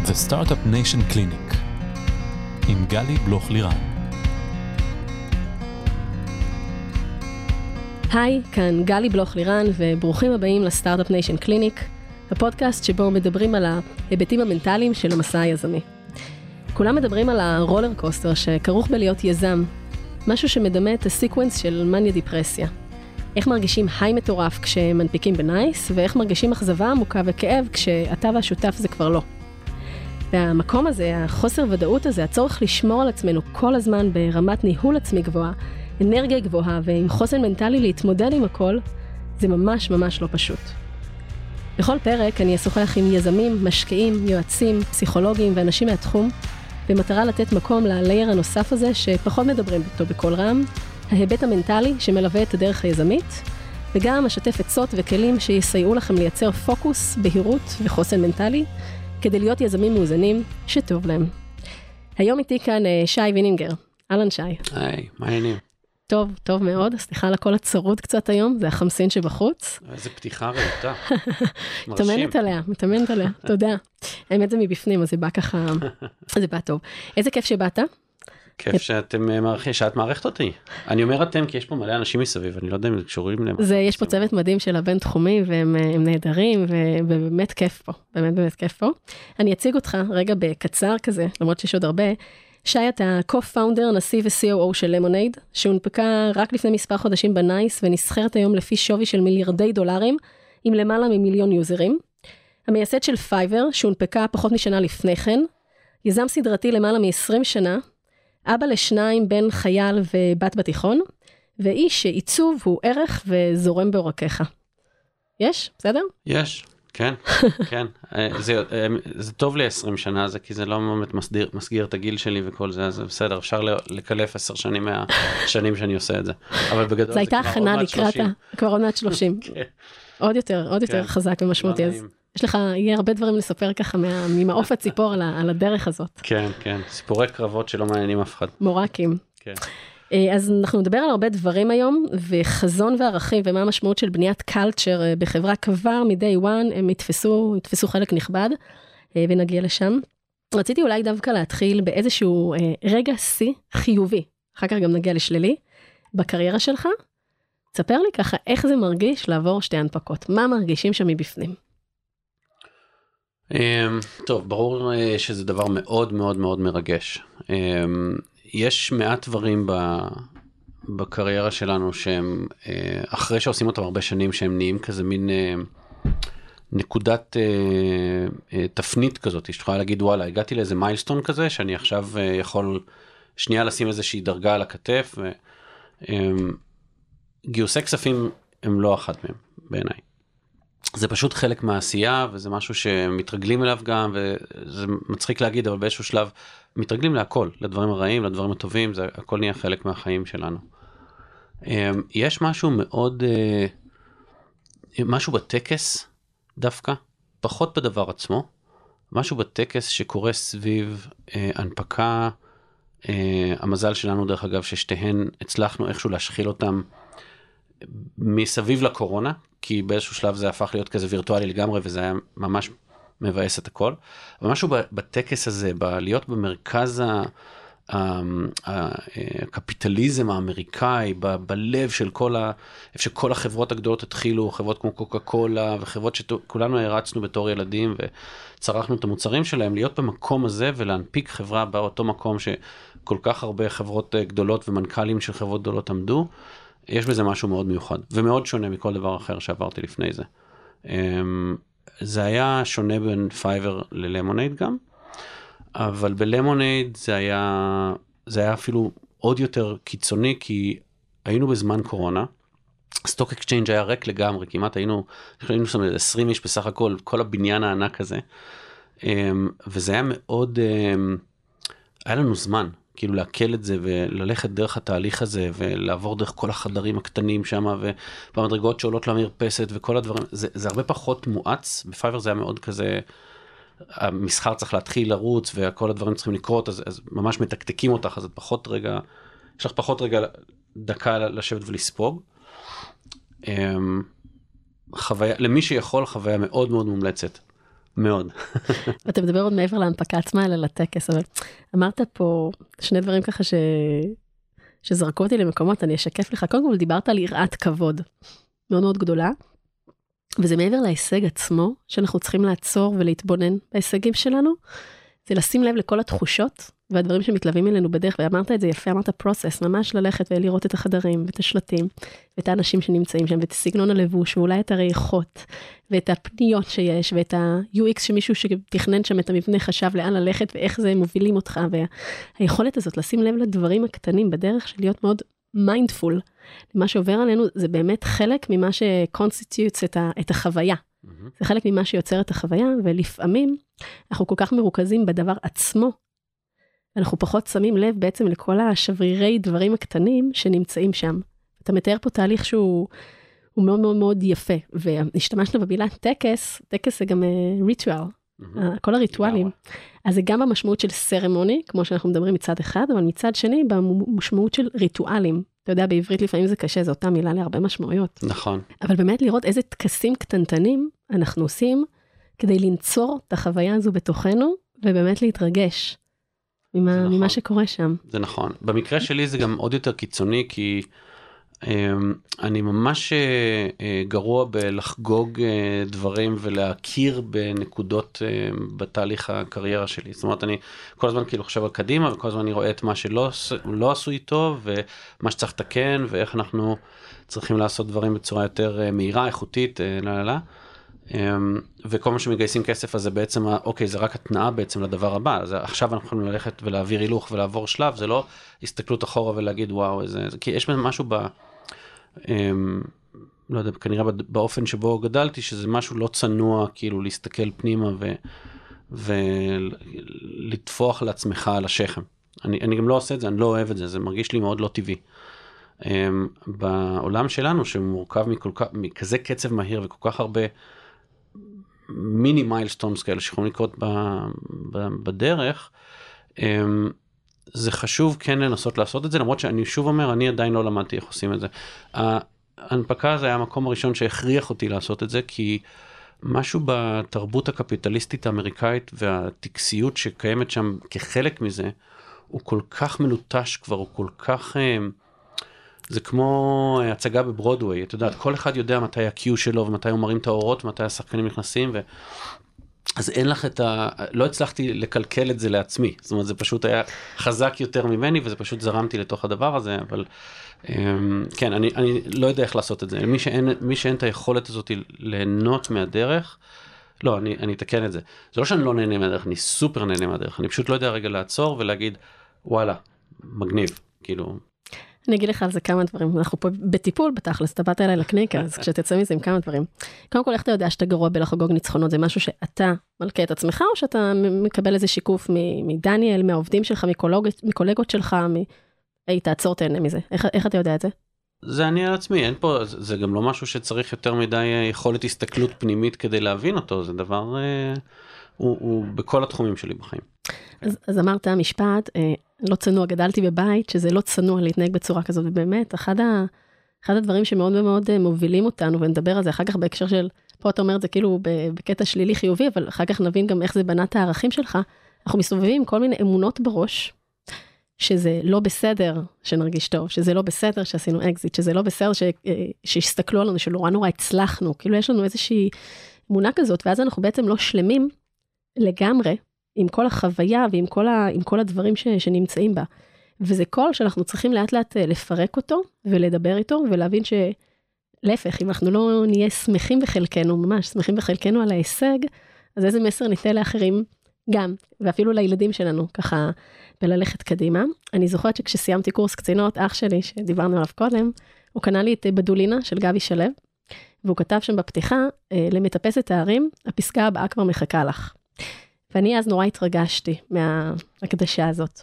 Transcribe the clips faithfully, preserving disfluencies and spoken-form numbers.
The Startup Nation Clinic עם גלי בלוך לירן. היי, כאן גלי בלוך לירן וברוכים הבאים לסטארט-אפ ניישן קליניק, הפודקאסט שבו מדברים על ההיבטים המנטליים של המסע היזמי. כולם מדברים על הרולר קוסטר שכרוך בלהיות יזם, משהו שמדמה את הסיקוונס של מניה דיפרסיה. איך מרגישים היי מטורף כשמנפיקים בנייס, ואיך מרגישים אכזבה עמוקה וכאב כשאתה והשותף זה כבר לא. והמקום הזה, החוסר ודאות הזה, הצורך לשמור על עצמנו כל הזמן ברמת ניהול עצמי גבוהה, אנרגיה גבוהה ועם חוסן מנטלי להתמודד עם הכל, זה ממש ממש לא פשוט. בכל פרק אני אשוחח עם יזמים, משקיעים, יועצים, פסיכולוגים ואנשים מהתחום, במטרה לתת מקום ללייר הנוסף הזה שפחות מדברים אותו בכל רם, ההיבט המנטלי שמלווה את הדרך היזמית, וגם אשתף עצות וכלים שיסייעו לכם לייצר פוקוס, בהירות וחוסן מנטלי, כדי להיות יזמים מאוזנים שטוב להם. היום איתי כאן שי וינינגר. אהלן שי. היי, מה העניינים? טוב, טוב מאוד. סליחה על הכל הצרוד קצת היום, זה החמסין שבחוץ. איזה פתיחה רעותה. מתאמנת עליה, מתאמנת עליה, תודה. האמת זה מבפנים, אז זה בא ככה, זה בא טוב. איזה כיף שבאת. כיף שאתם מערכים, שאת מערכת אותי. אני אומר אתם, כי יש פה מלא אנשים מסביב, אני לא יודע אם זה קשורים להם. זה, יש פה צוות מדהים של הבן תחומי, והם נהדרים, ובאמת כיף פה, באמת באמת כיף פה. אני אציג אותך רגע בקצר כזה, למרות שיש עוד הרבה. שי, אתה co-founder, נשיא ו-סי או או של למונייד, שהונפקה רק לפני מספר חודשים בנייס, ונסחרת היום לפי שווי של מיליארדי דולרים, עם למעלה ממיליון יוזרים. המייסד של פייבר, שהונפקה פחות משנה לפני כן, יזם סדרתי למעלה מ-עשרים שנה, אבא לשניים, בן חייל ובת בתיכון, ואיש שעיצוב הוא ערך וזורם בעורקיך. יש? בסדר? יש, כן, כן. זה, זה טוב לי עשרים שנה, זה כי זה לא באמת מסדיר, מסגיר את הגיל שלי וכל זה, אז בסדר, אפשר לקלף עשר שנים מהשנים שאני עושה את זה. אבל בגדול זה הייתה הכנה לקראת, כבר עוד מעט שלושים. עוד יותר, עוד יותר חזק ומשמעותי. אז יש לך, יהיה הרבה דברים לספר ככה ממעוף הציפור על הדרך הזאת. כן, כן, סיפורי קרבות שלא מעניינים אף אחד. מורקים. כן. אז אנחנו נדבר על הרבה דברים היום, וחזון וערכים, ומה המשמעות של בניית קלצ'ר בחברה כבר מ-day one, הם יתפסו, יתפסו חלק נכבד, ונגיע לשם. רציתי אולי דווקא להתחיל באיזשהו רגע שיא חיובי, אחר כך גם נגיע לשלילי, בקריירה שלך. תספר לי ככה, איך זה מרגיש לעבור שתי הנפקות? מה מרגישים שם מבפנים? טוב, ברור שזה דבר מאוד מאוד מאוד מרגש. יש מעט דברים בקריירה שלנו שהם, אחרי שעושים אותם הרבה שנים, שהם נהיים כזה מין נקודת תפנית כזאת. יש לך להגיד, וואלה, הגעתי לאיזה מיילסטון כזה, שאני עכשיו יכול שנייה לשים איזושהי דרגה על הכתף, וגיוסי כספים הם לא אחת מהם, בעיניי. זה פשוט חלק מהעשייה, וזה משהו שמתרגלים אליו גם, וזה מצחיק להגיד, אבל באיזשהו שלב מתרגלים להכל, לדברים הרעים, לדברים הטובים, זה הכל נהיה חלק מהחיים שלנו. יש משהו מאוד, משהו בטקס דווקא, פחות בדבר עצמו, משהו בטקס שקורה סביב הנפקה, המזל שלנו דרך אגב, ששתיהן הצלחנו איכשהו להשחיל אותם מסביב לקורונה, כי באיזשהו שלב זה הפך להיות כזה וירטואלי לגמרי, וזה היה ממש מבאס את הכל. אבל משהו בטקס הזה, להיות במרכז הקפיטליזם האמריקאי, בלב של כל ה... איפה שכל החברות הגדולות התחילו, חברות כמו קוקה קולה, וחברות שכולנו הרצנו בתור ילדים, וצרכנו את המוצרים שלהם, להיות במקום הזה, ולהנפיק חברה באותו מקום שכל כך הרבה חברות גדולות, ומנכ"לים של חברות גדולות עמדו, יש בזה משהו מאוד מיוחד, ומאוד שונה מכל דבר אחר שעברתי לפני זה. זה היה שונה בין פייבר ללמונייד גם, אבל בלמונייד זה היה, זה היה אפילו עוד יותר קיצוני, כי היינו בזמן קורונה, סטוק אקסצ'יינג' היה ריק לגמרי, כמעט היינו, היינו שם עשרים איש בסך הכל, כל הבניין הענק הזה, וזה היה מאוד, היה לנו זמן, כאילו להקל את זה וללכת דרך התהליך הזה ולעבור דרך כל החדרים הקטנים שם ובמדרגות שעולות למרפסת וכל הדברים, זה, זה הרבה פחות מואץ, בפייבר זה היה מאוד כזה, המסחר צריך להתחיל לרוץ וכל הדברים צריכים לקרות, אז, אז ממש מתקתקים אותך, אז את פחות רגע, יש לך פחות רגע דקה לשבת ולספוג. חוויה, למי שיכול חוויה מאוד מאוד מומלצת מאוד. ואתה מדבר עוד מעבר להנפקה עצמה, אלא לטקס, אבל אמרת פה שני דברים ככה ש... שזרקו אותי למקומות, אני אשקף לך. קודם כל דיברת על יראת כבוד, מאוד מאוד גדולה, וזה מעבר להישג עצמו, שאנחנו צריכים לעצור ולהתבונן בהישגים שלנו, זה לשים לב לכל התחושות, והדברים שמתלווים אלינו בדרך, ואמרת את זה יפה, אמרת פרוסס, ממש ללכת ולראות את החדרים, ואת השלטים, ואת האנשים שנמצאים שם, ואת סגנון הלבוש, ואולי את הריחות, ואת הפניות שיש, ואת ה-יו אקס שמישהו שתכנן שם את המבנה חשב לאן ללכת, ואיך זה מובילים אותך, והיכולת הזאת לשים לב לדברים הקטנים בדרך, של להיות מאוד מיינדפול, מה שעובר עלינו, זה באמת חלק ממה שקונסטיטוטס את, את החוויה. Mm-hmm. זה חלק ממה שיוצר את החוויה, ולפעמים אנחנו כל כך מרוכזים בדבר עצמו, אנחנו פחות שמים לב בעצם לכל השברירי דברים הקטנים שנמצאים שם. אתה מתאר פה תהליך שהוא הוא מאוד מאוד מאוד יפה, והשתמשנו במילה טקס, טקס זה גם ריטואל, uh, כל הריטואלים. אז זה גם במשמעות של סרמוני, כמו שאנחנו מדברים מצד אחד, אבל מצד שני במשמעות של ריטואלים. אתה יודע, בעברית לפעמים זה קשה, זו אותה מילה להרבה משמעויות. נכון. אבל באמת לראות איזה טקסים קטנטנים אנחנו עושים, כדי לנצור את החוויה הזו בתוכנו, ובאמת להתרגש. ממה, נכון. ממה שקורה שם. זה נכון. במקרה שלי זה גם עוד יותר קיצוני, כי אה, אני ממש אה, גרוע בלחגוג אה, דברים ולהכיר בנקודות אה, בתהליך הקריירה שלי. זאת אומרת, אני כל הזמן כאילו חושב על קדימה, וכל הזמן אני רואה את מה שלא לא עשו איתו, ומה שצריך לתקן, ואיך אנחנו צריכים לעשות דברים בצורה יותר אה, מהירה, איכותית, אה, לא, לא, לא. וכל מה שמגייסים כסף הזה בעצם, אוקיי, זה רק התנאה בעצם לדבר הבא, אז עכשיו אנחנו יכולים ללכת ולהעביר הילוך ולעבור שלב, זה לא הסתכלות אחורה ולהגיד וואו, איזה, כי יש משהו ב, לא יודע, כנראה באופן שבו גדלתי, שזה משהו לא צנוע, כאילו להסתכל פנימה ו, ולטפוח לעצמך על השכם. אני, אני גם לא עושה את זה, אני לא אוהב את זה, זה מרגיש לי מאוד לא טבעי. בעולם שלנו, שמורכב מכול כך, מכזה קצב מהיר וכל כך הרבה מיני מיילסטונס כאלה שיכולים לקרות ב, ב, בדרך, זה חשוב כן לנסות לעשות את זה, למרות שאני שוב אומר, אני עדיין לא למדתי איך עושים את זה. ההנפקה זה היה המקום הראשון שהכריח אותי לעשות את זה, כי משהו בתרבות הקפיטליסטית האמריקאית והטקסיות שקיימת שם כחלק מזה, הוא כל כך מלוטש כבר, הוא כל כך... זה כמו הצגה בברודווי, אתה יודע, כל אחד יודע מתי ה-Q שלו, ומתי הוא מרים את האורות, ומתי השחקנים נכנסים, ו... אז אין לך את ה... לא הצלחתי לקלקל את זה לעצמי, זאת אומרת, זה פשוט היה חזק יותר ממני, וזה פשוט זרמתי לתוך הדבר הזה, אבל כן, אני, אני לא יודע איך לעשות את זה. מי שאין, מי שאין את היכולת הזאת ליהנות מהדרך, לא, אני, אני אתקן את זה. זה לא שאני לא נהנה מהדרך, אני סופר נהנה מהדרך, אני פשוט לא יודע רגע לעצור ולהגיד, וואלה, מגניב, כאילו... אני אגיד לך על זה כמה דברים, אנחנו פה בטיפול בתכלס, אתה באת אליי לקליניקה, אז כשתצא מזה עם כמה דברים. קודם כל, איך אתה יודע שאתה גרוע בלחגוג ניצחונות, זה משהו שאתה מלכה את עצמך, או שאתה מקבל איזה שיקוף מדניאל, מהעובדים שלך, מקולגות שלך, היי, תעצור, תהנה מזה. איך, איך אתה יודע את זה? זה אני על עצמי, אין פה, זה גם לא משהו שצריך יותר מדי יכולת הסתכלות פנימית כדי להבין אותו, זה דבר, הוא, הוא בכל התחומים שלי בחיים. אז, אז אמרת המשפט, לא צנוע, גדלתי בבית, שזה לא צנוע להתנהג בצורה כזאת, ובאמת, אחד, ה, אחד הדברים שמאוד מאוד מובילים אותנו, ונדבר על זה אחר כך בהקשר של, פה אתה אומר את זה כאילו בקטע שלילי חיובי, אבל אחר כך נבין גם איך זה בנת הערכים שלך, אנחנו מסתובבים כל מיני אמונות בראש, שזה לא בסדר שנרגיש טוב, שזה לא בסדר שעשינו אקזיט, שזה לא בסדר ש, שהסתכלו עלינו, שנורא נורא הצלחנו, כאילו יש לנו איזושהי אמונה כזאת, ואז אנחנו בעצם לא שלמים לגמרי, עם כל החוויה ועם כל, ה, עם כל הדברים ש, שנמצאים בה. וזה קול שאנחנו צריכים לאט לאט לפרק אותו, ולדבר איתו, ולהבין שלהפך, אם אנחנו לא נהיה שמחים בחלקנו, ממש שמחים בחלקנו על ההישג, אז איזה מסר ניתן לאחרים גם, ואפילו לילדים שלנו, ככה, בללכת קדימה. אני זוכרת שכשסיימתי קורס קצינות, אח שלי, שדיברנו עליו קודם, הוא קנה לי את בדולינה של גבי שלו, והוא כתב שם בפתיחה, למטפס את הערים, הפסקה הבאה כבר מחכה לך. ואני אז נורא התרגשתי מההקדשה הזאת.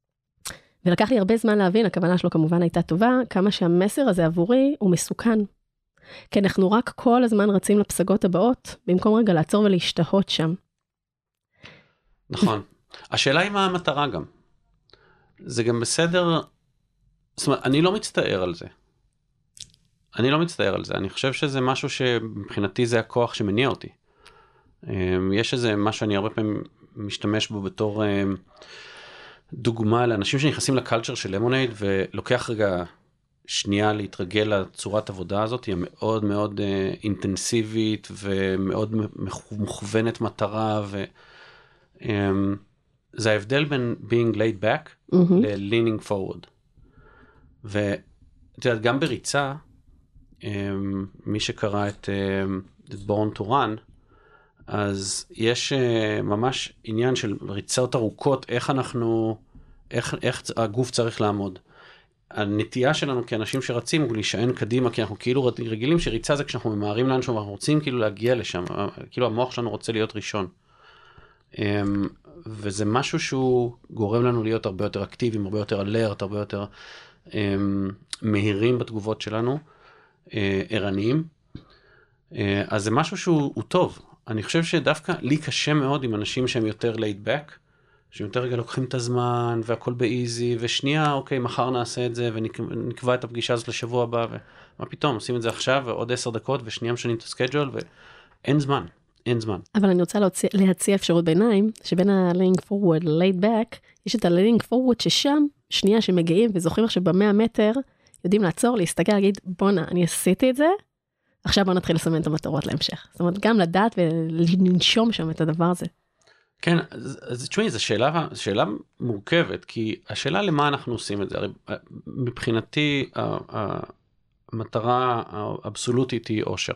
ולקח לי הרבה זמן להבין, הכוונה שלו כמובן הייתה טובה, כמה שהמסר הזה עבורי הוא מסוכן. כי אנחנו רק כל הזמן רצים לפסגות הבאות, במקום רגע לעצור ולהשתהות שם. נכון. השאלה היא מה המטרה גם. זה גם בסדר, זאת אומרת, אני לא מצטער על זה. אני לא מצטער על זה. אני חושב שזה משהו שמבחינתי זה הכוח שמניע אותי. יש איזה מה שאני הרבה פעמים משתמש בו בתור דוגמה לאנשים שנכנסים לקלצ'ר של למונייד, ולוקח רגע שנייה להתרגל לצורת עבודה הזאת, היא מאוד מאוד אינטנסיבית ומאוד מוכוונת מטרה, וזה ההבדל בין being laid back ל-leaning forward. ואת יודעת, גם בריצה, מי שקרא את Born to Run, אז יש ממש עניין של ריצות ארוכות, איך אנחנו, איך, איך הגוף צריך לעמוד. הנטייה שלנו כאנשים שרצים הוא להישען קדימה, כי אנחנו כאילו רגילים שריצה זה כשאנחנו ממהרים לאנשהו, ואנחנו רוצים כאילו להגיע לשם, כאילו המוח שלנו רוצה להיות ראשון. וזה משהו שהוא גורם לנו להיות הרבה יותר אקטיביים, הרבה יותר אלרט, הרבה יותר מהירים בתגובות שלנו, ערניים. אז זה משהו שהוא טוב. אני חושב שדווקא לי קשה מאוד עם אנשים שהם יותר laid back, שהם יותר רגע לוקחים את הזמן, והכל באיזי, ושנייה, אוקיי, מחר נעשה את זה, ונקבע את הפגישה הזאת לשבוע הבא, ומה פתאום, עושים את זה עכשיו, ועוד עשר דקות, ושנייה משנים את הסקייג'ול, ואין זמן, אין זמן. אבל אני רוצה להציע, להציע אפשרות ביניים, שבין ה-laying forward ל-laid back, יש את ה-laying forward ששם, שנייה שמגיעים, וזוכרים עכשיו במאה מטר, יודעים לעצור, להסתכל, להגיד, בונה, אני עשיתי את זה, עכשיו בוא נתחיל לסמן את המטרות להמשך. זאת אומרת, גם לדעת ולנשום שם את הדבר הזה. כן, אז תשמעי, זו שאלה, שאלה מורכבת, כי השאלה למה אנחנו עושים את זה, הרי מבחינתי, המטרה האבסולוטית היא אושר.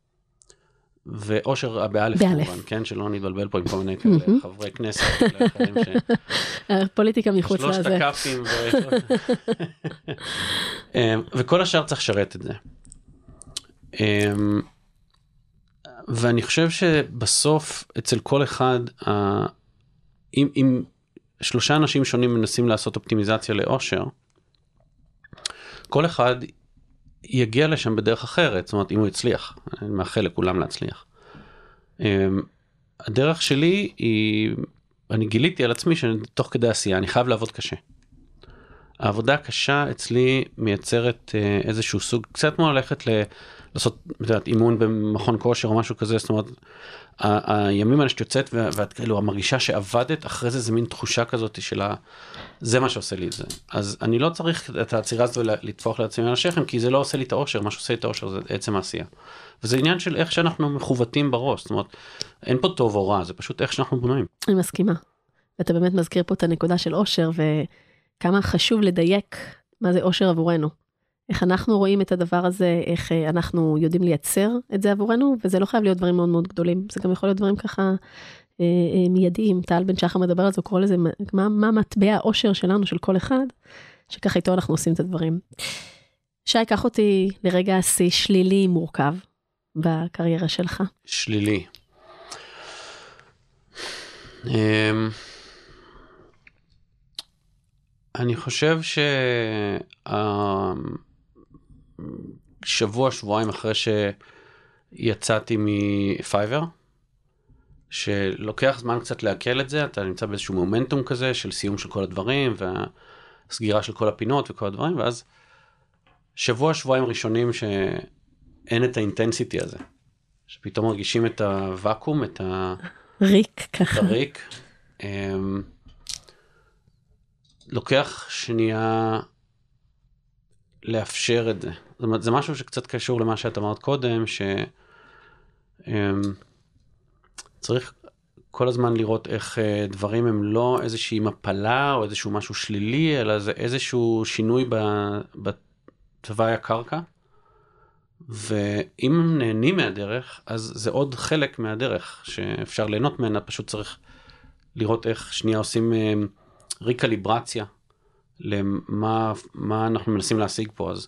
ואושר באלף, כמובן, כן, שלא נתבלבל פה עם כל מיני כאלה חברי כנסת, לאחרים ש... פוליטיקה מחוץ לזה. שלושת הקאפים, וכל השאר צריך לשרת את זה. ואני חושב שבסוף אצל כל אחד, אם, אם שלושה אנשים שונים מנסים לעשות אופטימיזציה לאושר, כל אחד יגיע לשם בדרך אחרת, זאת אומרת, אם הוא יצליח, אני מאחל לכולם להצליח. הדרך שלי היא, אני גיליתי על עצמי שתוך כדי עשייה, אני חייב לעבוד קשה. העבודה הקשה אצלי מייצרת איזשהו סוג, קצת כמו ללכת ל... לעשות, יודעת, אימון במכון כושר או משהו כזה, זאת אומרת, הימים האלה שאת יוצאת ואת כאילו מרגישה שעבדת, אחרי זה זה מין תחושה כזאת של ה... זה מה שעושה לי את זה. אז אני לא צריך את העצירה הזו לטפוח לעצמי על השכם, כי זה לא עושה לי את האושר, מה שעושה לי את האושר זה עצם העשייה. וזה עניין של איך שאנחנו מחוותים בראש, זאת אומרת, אין פה טוב או רע, זה פשוט איך שאנחנו בנויים. אני מסכימה. ואתה באמת מזכיר פה את הנקודה של אושר, וכמה חשוב לדייק מה זה אושר עבורנו. איך אנחנו רואים את הדבר הזה, איך אנחנו יודעים לייצר את זה עבורנו, וזה לא חייב להיות דברים מאוד מאוד גדולים, זה גם יכול להיות דברים ככה אה, אה, מיידיים. טל בן שחר מדבר על זה, הוא קורא לזה, מה, מה מטבע האושר שלנו, של כל אחד, שככה איתו אנחנו עושים את הדברים. שי, קח אותי לרגע עשי שלילי מורכב בקריירה שלך. שלילי. אני חושב ש... שבוע, שבועיים אחרי שיצאתי מפייבר, שלוקח זמן קצת להקל את זה, אתה נמצא באיזשהו מומנטום כזה של סיום של כל הדברים, והסגירה של כל הפינות וכל הדברים, ואז שבוע, שבועיים ראשונים שאין את האינטנסיטי הזה, שפתאום מרגישים את הוואקום, את ה... ריק ככה. את הריק. לוקח שנייה לאפשר את זה. זאת אומרת, זה משהו שקצת קשור למה שאת אמרת קודם, שצריך כל הזמן לראות איך דברים הם לא איזושהי מפלה או איזשהו משהו שלילי, אלא זה איזשהו שינוי בתוואי הקרקע, ואם הם נהנים מהדרך, אז זה עוד חלק מהדרך שאפשר ליהנות ממנה, פשוט צריך לראות איך שנייה עושים ריקליברציה למה מה אנחנו מנסים להשיג פה. אז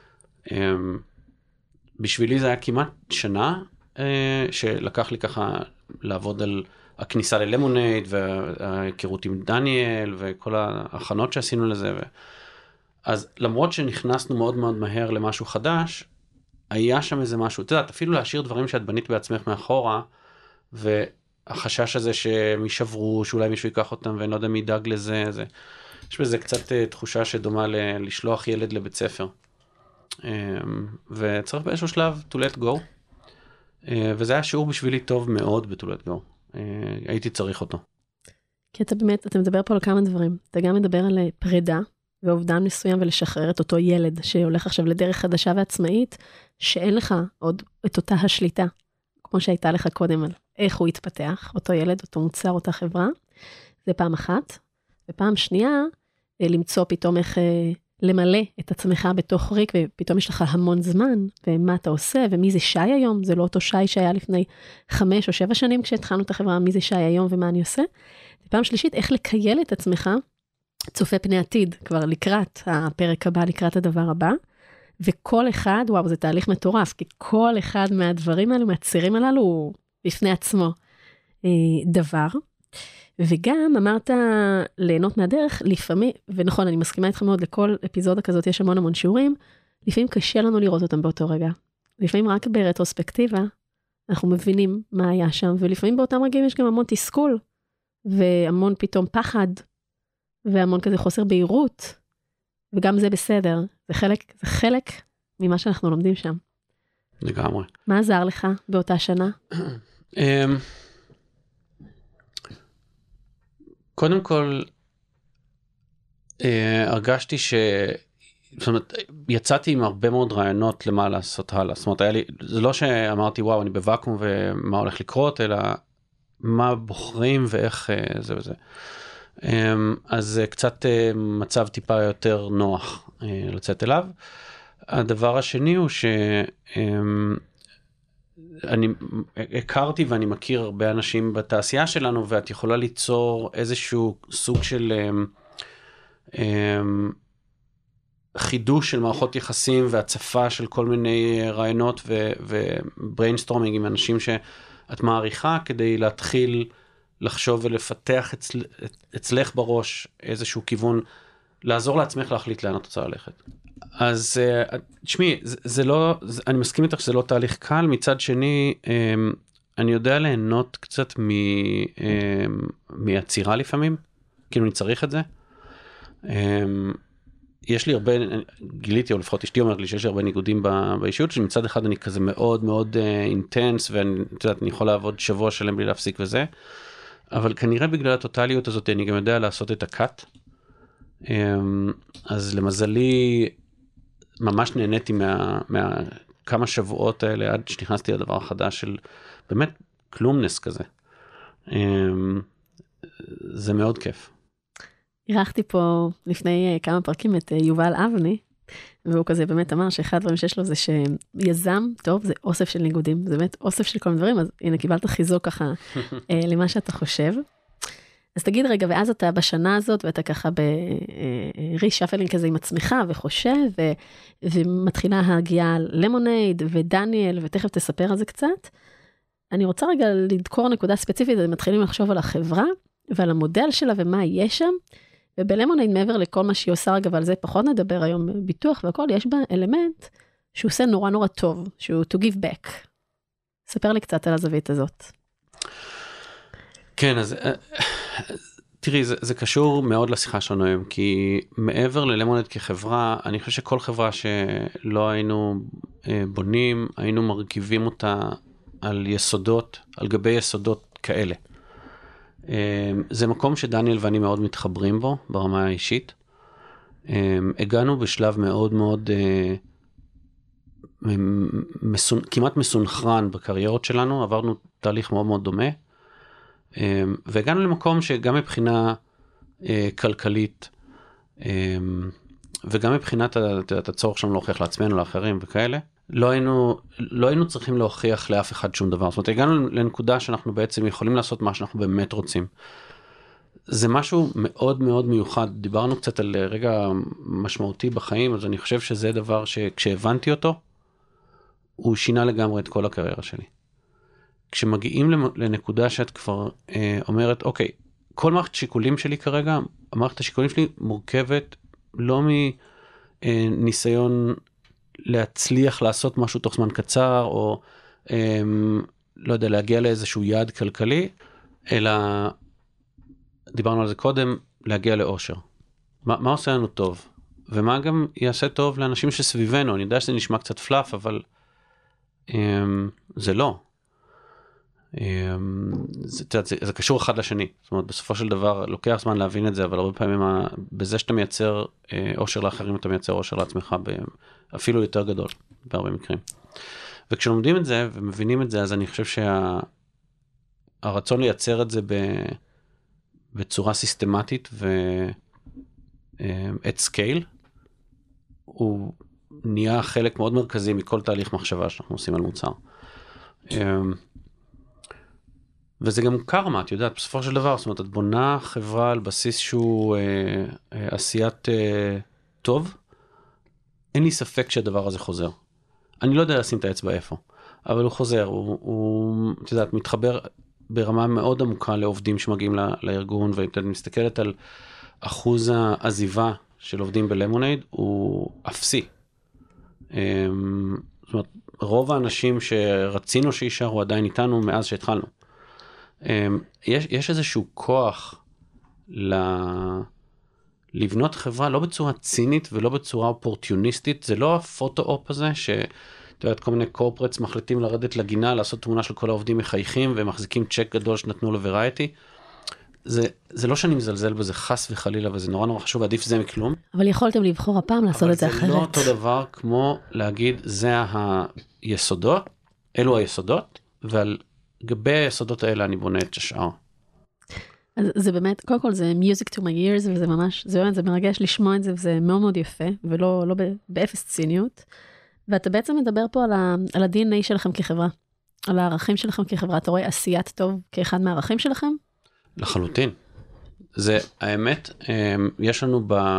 בשבילי זה היה כמעט שנה שלקח לי ככה לעבוד על הכניסה ללמונייד וההיכרות עם דניאל וכל ההכנות שעשינו לזה. אז למרות שנכנסנו מאוד מאוד מהר למשהו חדש, היה שם איזה משהו, אתה יודעת, אפילו להשאיר דברים שאת בנית בעצמך מאחורה, והחשש הזה שהם יישברו, שאולי מישהו ייקח אותם ואני לא יודע מי ידאג לזה, זה... יש בזה קצת תחושה שדומה ל- לשלוח ילד לבית ספר. וצריך באיזשהו שלב to let go. וזה היה שיעור בשבילי טוב מאוד ב-To Let Go. הייתי צריך אותו. כי אתה באמת, אתה מדבר פה על כמה דברים. אתה גם מדבר על פרידה, ואובדן מסוים ולשחרר את אותו ילד שהולך עכשיו לדרך חדשה ועצמאית, שאין לך עוד את אותה השליטה, כמו שהייתה לך קודם על איך הוא יתפתח, אותו ילד, אותו מוצר, אותה חברה. זה פעם אחת. ופעם שנייה, למצוא פתאום איך למלא את עצמך בתוך ריק, ופתאום יש לך המון זמן, ומה אתה עושה, ומי זה שי היום, זה לא אותו שי שהיה לפני חמש או שבע שנים, כשהתחלנו את החברה, מי זה שי היום ומה אני עושה. ופעם שלישית, איך לקייל את עצמך, צופה פני עתיד, כבר לקראת הפרק הבא, לקראת הדבר הבא, וכל אחד, וואו, זה תהליך מטורף, כי כל אחד מהדברים האלו, מהצירים הללו, הוא בפני עצמו דבר, וגם אמרת ליהנות מהדרך, לפעמים, ונכון, אני מסכימה איתך מאוד, לכל אפיזודה כזאת יש המון המון שיעורים, לפעמים קשה לנו לראות אותם באותו רגע, לפעמים רק ברטרוספקטיבה, אנחנו מבינים מה היה שם, ולפעמים באותם רגעים יש גם המון תסכול, והמון פתאום פחד, והמון כזה חוסר בהירות, וגם זה בסדר, זה חלק, זה חלק ממה שאנחנו לומדים שם. לגמרי. מה עזר לך באותה שנה? קודם כל, הרגשתי ש... זאת אומרת, יצאתי עם הרבה מאוד רעיונות למה לעשות הלאה. זאת אומרת, היה לי, זה לא שאמרתי, וואו, אני בוואקום ומה הולך לקרות, אלא מה בוחרים ואיך זה וזה. אז קצת מצב טיפה יותר נוח לצאת אליו. הדבר השני הוא שאני הכרתי ואני מכיר הרבה אנשים בתעשייה שלנו, ואת יכולה ליצור איזשהו סוג של חידוש של מערכות יחסים והצפה של כל מיני רעיונות ובריינסטורמינג עם אנשים שאת מעריכה כדי להתחיל לחשוב ולפתח אצל, אצלך בראש איזשהו כיוון, לעזור לעצמך להחליט לאן את רוצה ללכת. אז תשמעי, זה, זה לא, זה, אני מסכים איתך שזה לא תהליך קל, מצד שני, אני יודע ליהנות קצת מ, מהצירה לפעמים, כאילו אני צריך את זה. יש לי הרבה, גיליתי, או לפחות אשתי אומרת לי שיש לי הרבה ניגודים באישיות, שמצד אחד אני כזה מאוד מאוד אינטנס, ואני יודעת, אני יכול לעבוד שבוע שלם בלי להפסיק וזה, אבל כנראה בגלל הטוטליות הזאת אני גם יודע לעשות את הקאט. אז למזלי ממש נהניתי מה, מה כמה שבועות האלה עד שנכנסתי לדבר החדש של באמת כלומנס כזה. זה מאוד כיף. אירחתי פה לפני כמה פרקים את יובל אבני, והוא כזה באמת אמר שאחד הדברים שיש לו זה שיזם, טוב, זה אוסף של ניגודים, זה באמת אוסף של כל מיני דברים, אז הנה קיבלת חיזוק ככה למה שאתה חושב. אז תגיד רגע, ואז אתה בשנה הזאת, ואתה ככה ברישאפלינג כזה עם עצמך, וחושב, ו, ומתחילה ההגיעה למונייד, ודניאל, ותכף תספר על זה קצת. אני רוצה רגע לדקור נקודה ספציפית, ומתחילים לחשוב על החברה, ועל המודל שלה, ומה יש שם. ובלמונייד, מעבר לכל מה שהיא עושה, אגב, על זה פחות נדבר היום, ביטוח והכל, יש בה אלמנט שהוא עושה נורא נורא טוב, שהוא to give back. ספר לי קצת על הזווית הזאת. כן, אז תראי, זה, זה קשור מאוד לשיחה שלנו היום, כי מעבר ללמונייד כחברה, אני חושב שכל חברה שלא היינו בונים, היינו מרכיבים אותה על יסודות, על גבי יסודות כאלה. זה מקום שדניאל ואני מאוד מתחברים בו, ברמה האישית. הגענו בשלב מאוד מאוד כמעט מסונכרן בקריירות שלנו, עברנו תהליך מאוד מאוד דומה, והגענו למקום שגם מבחינה כלכלית, וגם מבחינת הצורך שלנו להוכיח לעצמנו, לאחרים וכאלה, לא היינו, לא היינו צריכים להוכיח לאף אחד שום דבר. זאת אומרת, הגענו לנקודה שאנחנו בעצם יכולים לעשות מה שאנחנו באמת רוצים. זה משהו מאוד מאוד מיוחד. דיברנו קצת על רגע משמעותי בחיים, אז אני חושב שזה דבר שכשהבנתי אותו, הוא שינה לגמרי את כל הקריירה שלי. כשמגיעים לנקודה שאת כבר אה, אומרת, אוקיי, כל מערכת שיקולים שלי כרגע, המערכת השיקולים שלי מורכבת לא מניסיון להצליח לעשות משהו תוך זמן קצר, או אה, לא יודע, להגיע לאיזשהו יעד כלכלי, אלא, דיברנו על זה קודם, להגיע לאושר. מה, מה עושה לנו טוב? ומה גם יעשה טוב לאנשים שסביבנו? אני יודע שזה נשמע קצת פלאף, אבל אה, זה לא. זה, זה, זה קשור אחד לשני, זאת אומרת, בסופו של דבר לוקח זמן להבין את זה, אבל הרבה פעמים בזה שאתה מייצר אושר לאחרים, אתה מייצר אושר לעצמך, אפילו יותר גדול, בהרבה מקרים. וכשלומדים את זה ומבינים את זה, אז אני חושב שהרצון לייצר את זה בצורה סיסטמטית ואת סקייל, הוא נהיה חלק מאוד מרכזי מכל תהליך מחשבה שאנחנו עושים על מוצר. וזה גם קרמה, את יודעת, בסופו של דבר, זאת אומרת, את בונה חברה על בסיס שהוא אה, אה, עשיית אה, טוב, אין לי ספק שהדבר הזה חוזר. אני לא יודע לשים את האצבע איפה, אבל הוא חוזר, הוא, הוא את יודעת, מתחבר ברמה מאוד עמוקה לעובדים שמגיעים ל, לארגון, ואת מסתכלת על אחוז העזיבה של עובדים בלמונייד, הוא אפסי. אה, זאת אומרת, רוב האנשים שרצינו שישארו עדיין איתנו מאז שהתחלנו. יש, יש איזשהו כוח ל... לבנות חברה לא בצורה צינית ולא בצורה אופורטיוניסטית, זה לא הפוטו-אופ הזה שאתה יודעת, כל מיני קורפרטס מחליטים לרדת לגינה, לעשות תמונה של כל העובדים מחייכים ומחזיקים צ'ק גדול שנתנו לו וראייטי. זה, זה לא שאני מזלזל בזה חס וחלילה, וזה נורא נורא חשוב, עדיף זה מכלום. אבל יכולתם לבחור הפעם לעשות את זה אחרת. אבל זה לא אותו דבר כמו להגיד, זה היסודות, אלו היסודות, ועל גבי היסודות האלה אני בונה את השאר. אז זה באמת, קודם כל זה music to my ears, וזה ממש, זה באמת, זה מרגש לשמוע את זה, וזה מאוד מאוד יפה, ולא לא באפס ציניות. ואתה בעצם מדבר פה על ה, על ה-די אן איי שלכם כחברה, על הערכים שלכם כחברה. אתה רואה עשיית טוב כאחד מהערכים שלכם? לחלוטין. זה האמת, יש לנו ב...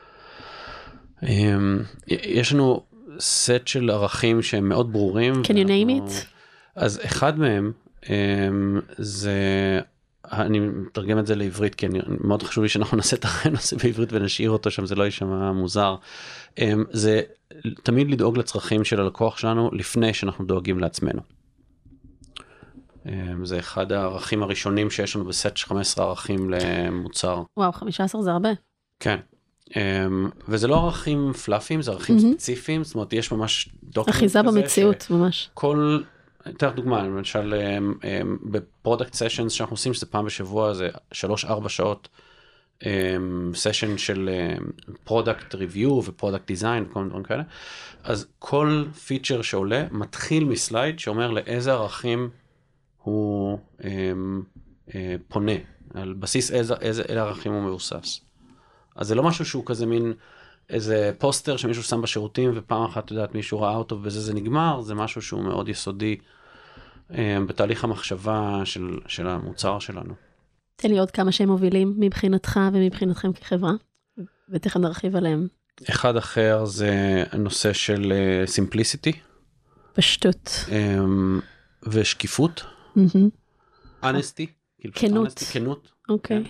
יש לנו סט של ערכים שהם מאוד ברורים. Can you name it? אז אחד מהם, זה, אני מתרגם את זה לעברית, כי אני, מאוד חשוב לי שאנחנו נעשה את הנושא בעברית ונשאיר אותו שם, זה לא יישמע מוזר. זה תמיד לדאוג לצרכים של הלקוח שלנו, לפני שאנחנו דואגים לעצמנו. זה אחד הערכים הראשונים שיש לנו בסט של חמישה עשר ערכים למוצר. וואו, חמישה עשר זה הרבה. כן. וזה לא ערכים פלאפיים, זה ערכים ספציפיים, זאת אומרת, יש ממש דוקטור כזה. אחיזה במציאות, ממש. כל... אתן דוגמה, למשל בפרודקט סשנס שאנחנו עושים, שזה פעם בשבוע, זה שלוש ארבע שעות סשן של פרודקט ריוויו ופרודקט דיזיין וכל מיני דברים כאלה. אז כל פיצ'ר שעולה מתחיל מסלייד שאומר לאיזה ערכים הוא פונה, על בסיס איזה, איזה ערכים הוא מבוסס. אז זה לא משהו שהוא כזה מין איזה פוסטר שמישהו שם בשירותים, ופעם אחת, אתה יודעת, מישהו ראה אותו ובזה זה נגמר, זה משהו שהוא מאוד יסודי בתהליך המחשבה של, של המוצר שלנו. תן לי עוד כמה שהם מובילים מבחינתך ומבחינתכם כחברה, ותכף נרחיב עליהם. אחד אחר זה הנושא של simplicity. פשטות. ושקיפות. honesty. כנות. כנות. אוקיי.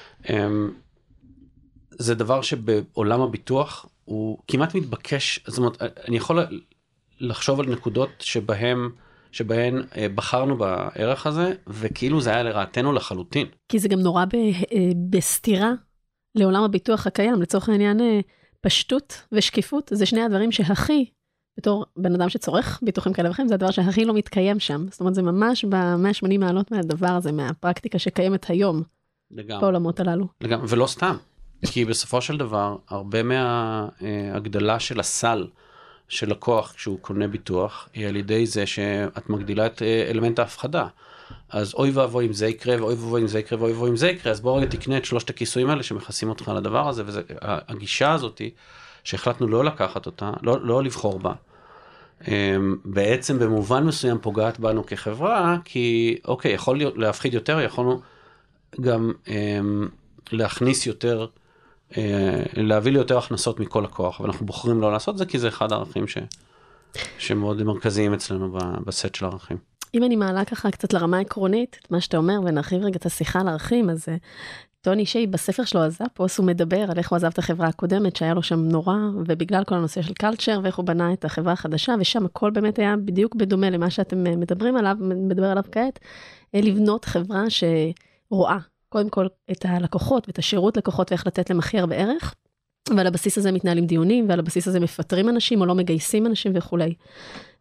זה דבר שבעולם הביטוח הוא כמעט מתבקש, זאת אומרת, אני יכול לחשוב על נקודות שבהם, שבהן בחרנו בערך הזה, וכאילו זה היה לרעתנו לחלוטין. כי זה גם נורא בסתירה לעולם הביטוח הקיים, לצורך העניין פשטות ושקיפות, זה שני הדברים שהכי, בתור בן אדם שצורך ביטוחים כאלה וכם, זה הדבר שהכי לא מתקיים שם. זאת אומרת, זה ממש ב-מאה ושמונים מעלות מהדבר הזה, מהפרקטיקה שקיימת היום, לגמרי. בעולמות הללו. לגמרי, ולא סתם. כי בסופו של דבר, הרבה מההגדלה של הסל של לקוח כשהוא קונה ביטוח, היא על ידי זה שאת מגדילה את אלמנט ההפחדה. אז אוי ואבוי אם זה יקרה, ואוי ואבוי אם זה יקרה, ואוי ואבוי אם זה יקרה, אז בואו רגע תקנה את שלושת הכיסויים האלה שמכסים אותך על הדבר הזה, והגישה הזאת, שהחלטנו לא לקחת אותה, לא, לא לבחור בה, בעצם במובן מסוים פוגעת בנו כחברה, כי אוקיי, יכול להפחיד יותר, יכולנו גם להכניס יותר, להביא לי יותר הכנסות מכל לקוח, ואנחנו בוחרים לא לעשות זה, כי זה אחד הערכים ש, שמאוד מרכזיים אצלנו בסט של הערכים. אם אני מעלה ככה קצת לרמה העקרונית, את מה שאתה אומר, ונרחיב רגע את השיחה על ערכים, אז טוני שי בספר שלו הזאפוס, הוא מדבר על איך הוא עזב את החברה הקודמת, שהיה לו שם נורא, ובגלל כל הנושא של קלצ'ר, ואיך הוא בנה את החברה החדשה, ושם הכל באמת היה בדיוק בדומה למה שאתם מדברים עליו, מדבר עליו כעת, לבנות חברה שרואה, קודם כל את הלקוחות, ואת השירות לקוחות, ואיך לתת להם הכי הרבה ערך, ועל הבסיס הזה מתנהלים דיונים, ועל הבסיס הזה מפטרים אנשים, או לא מגייסים אנשים וכו'.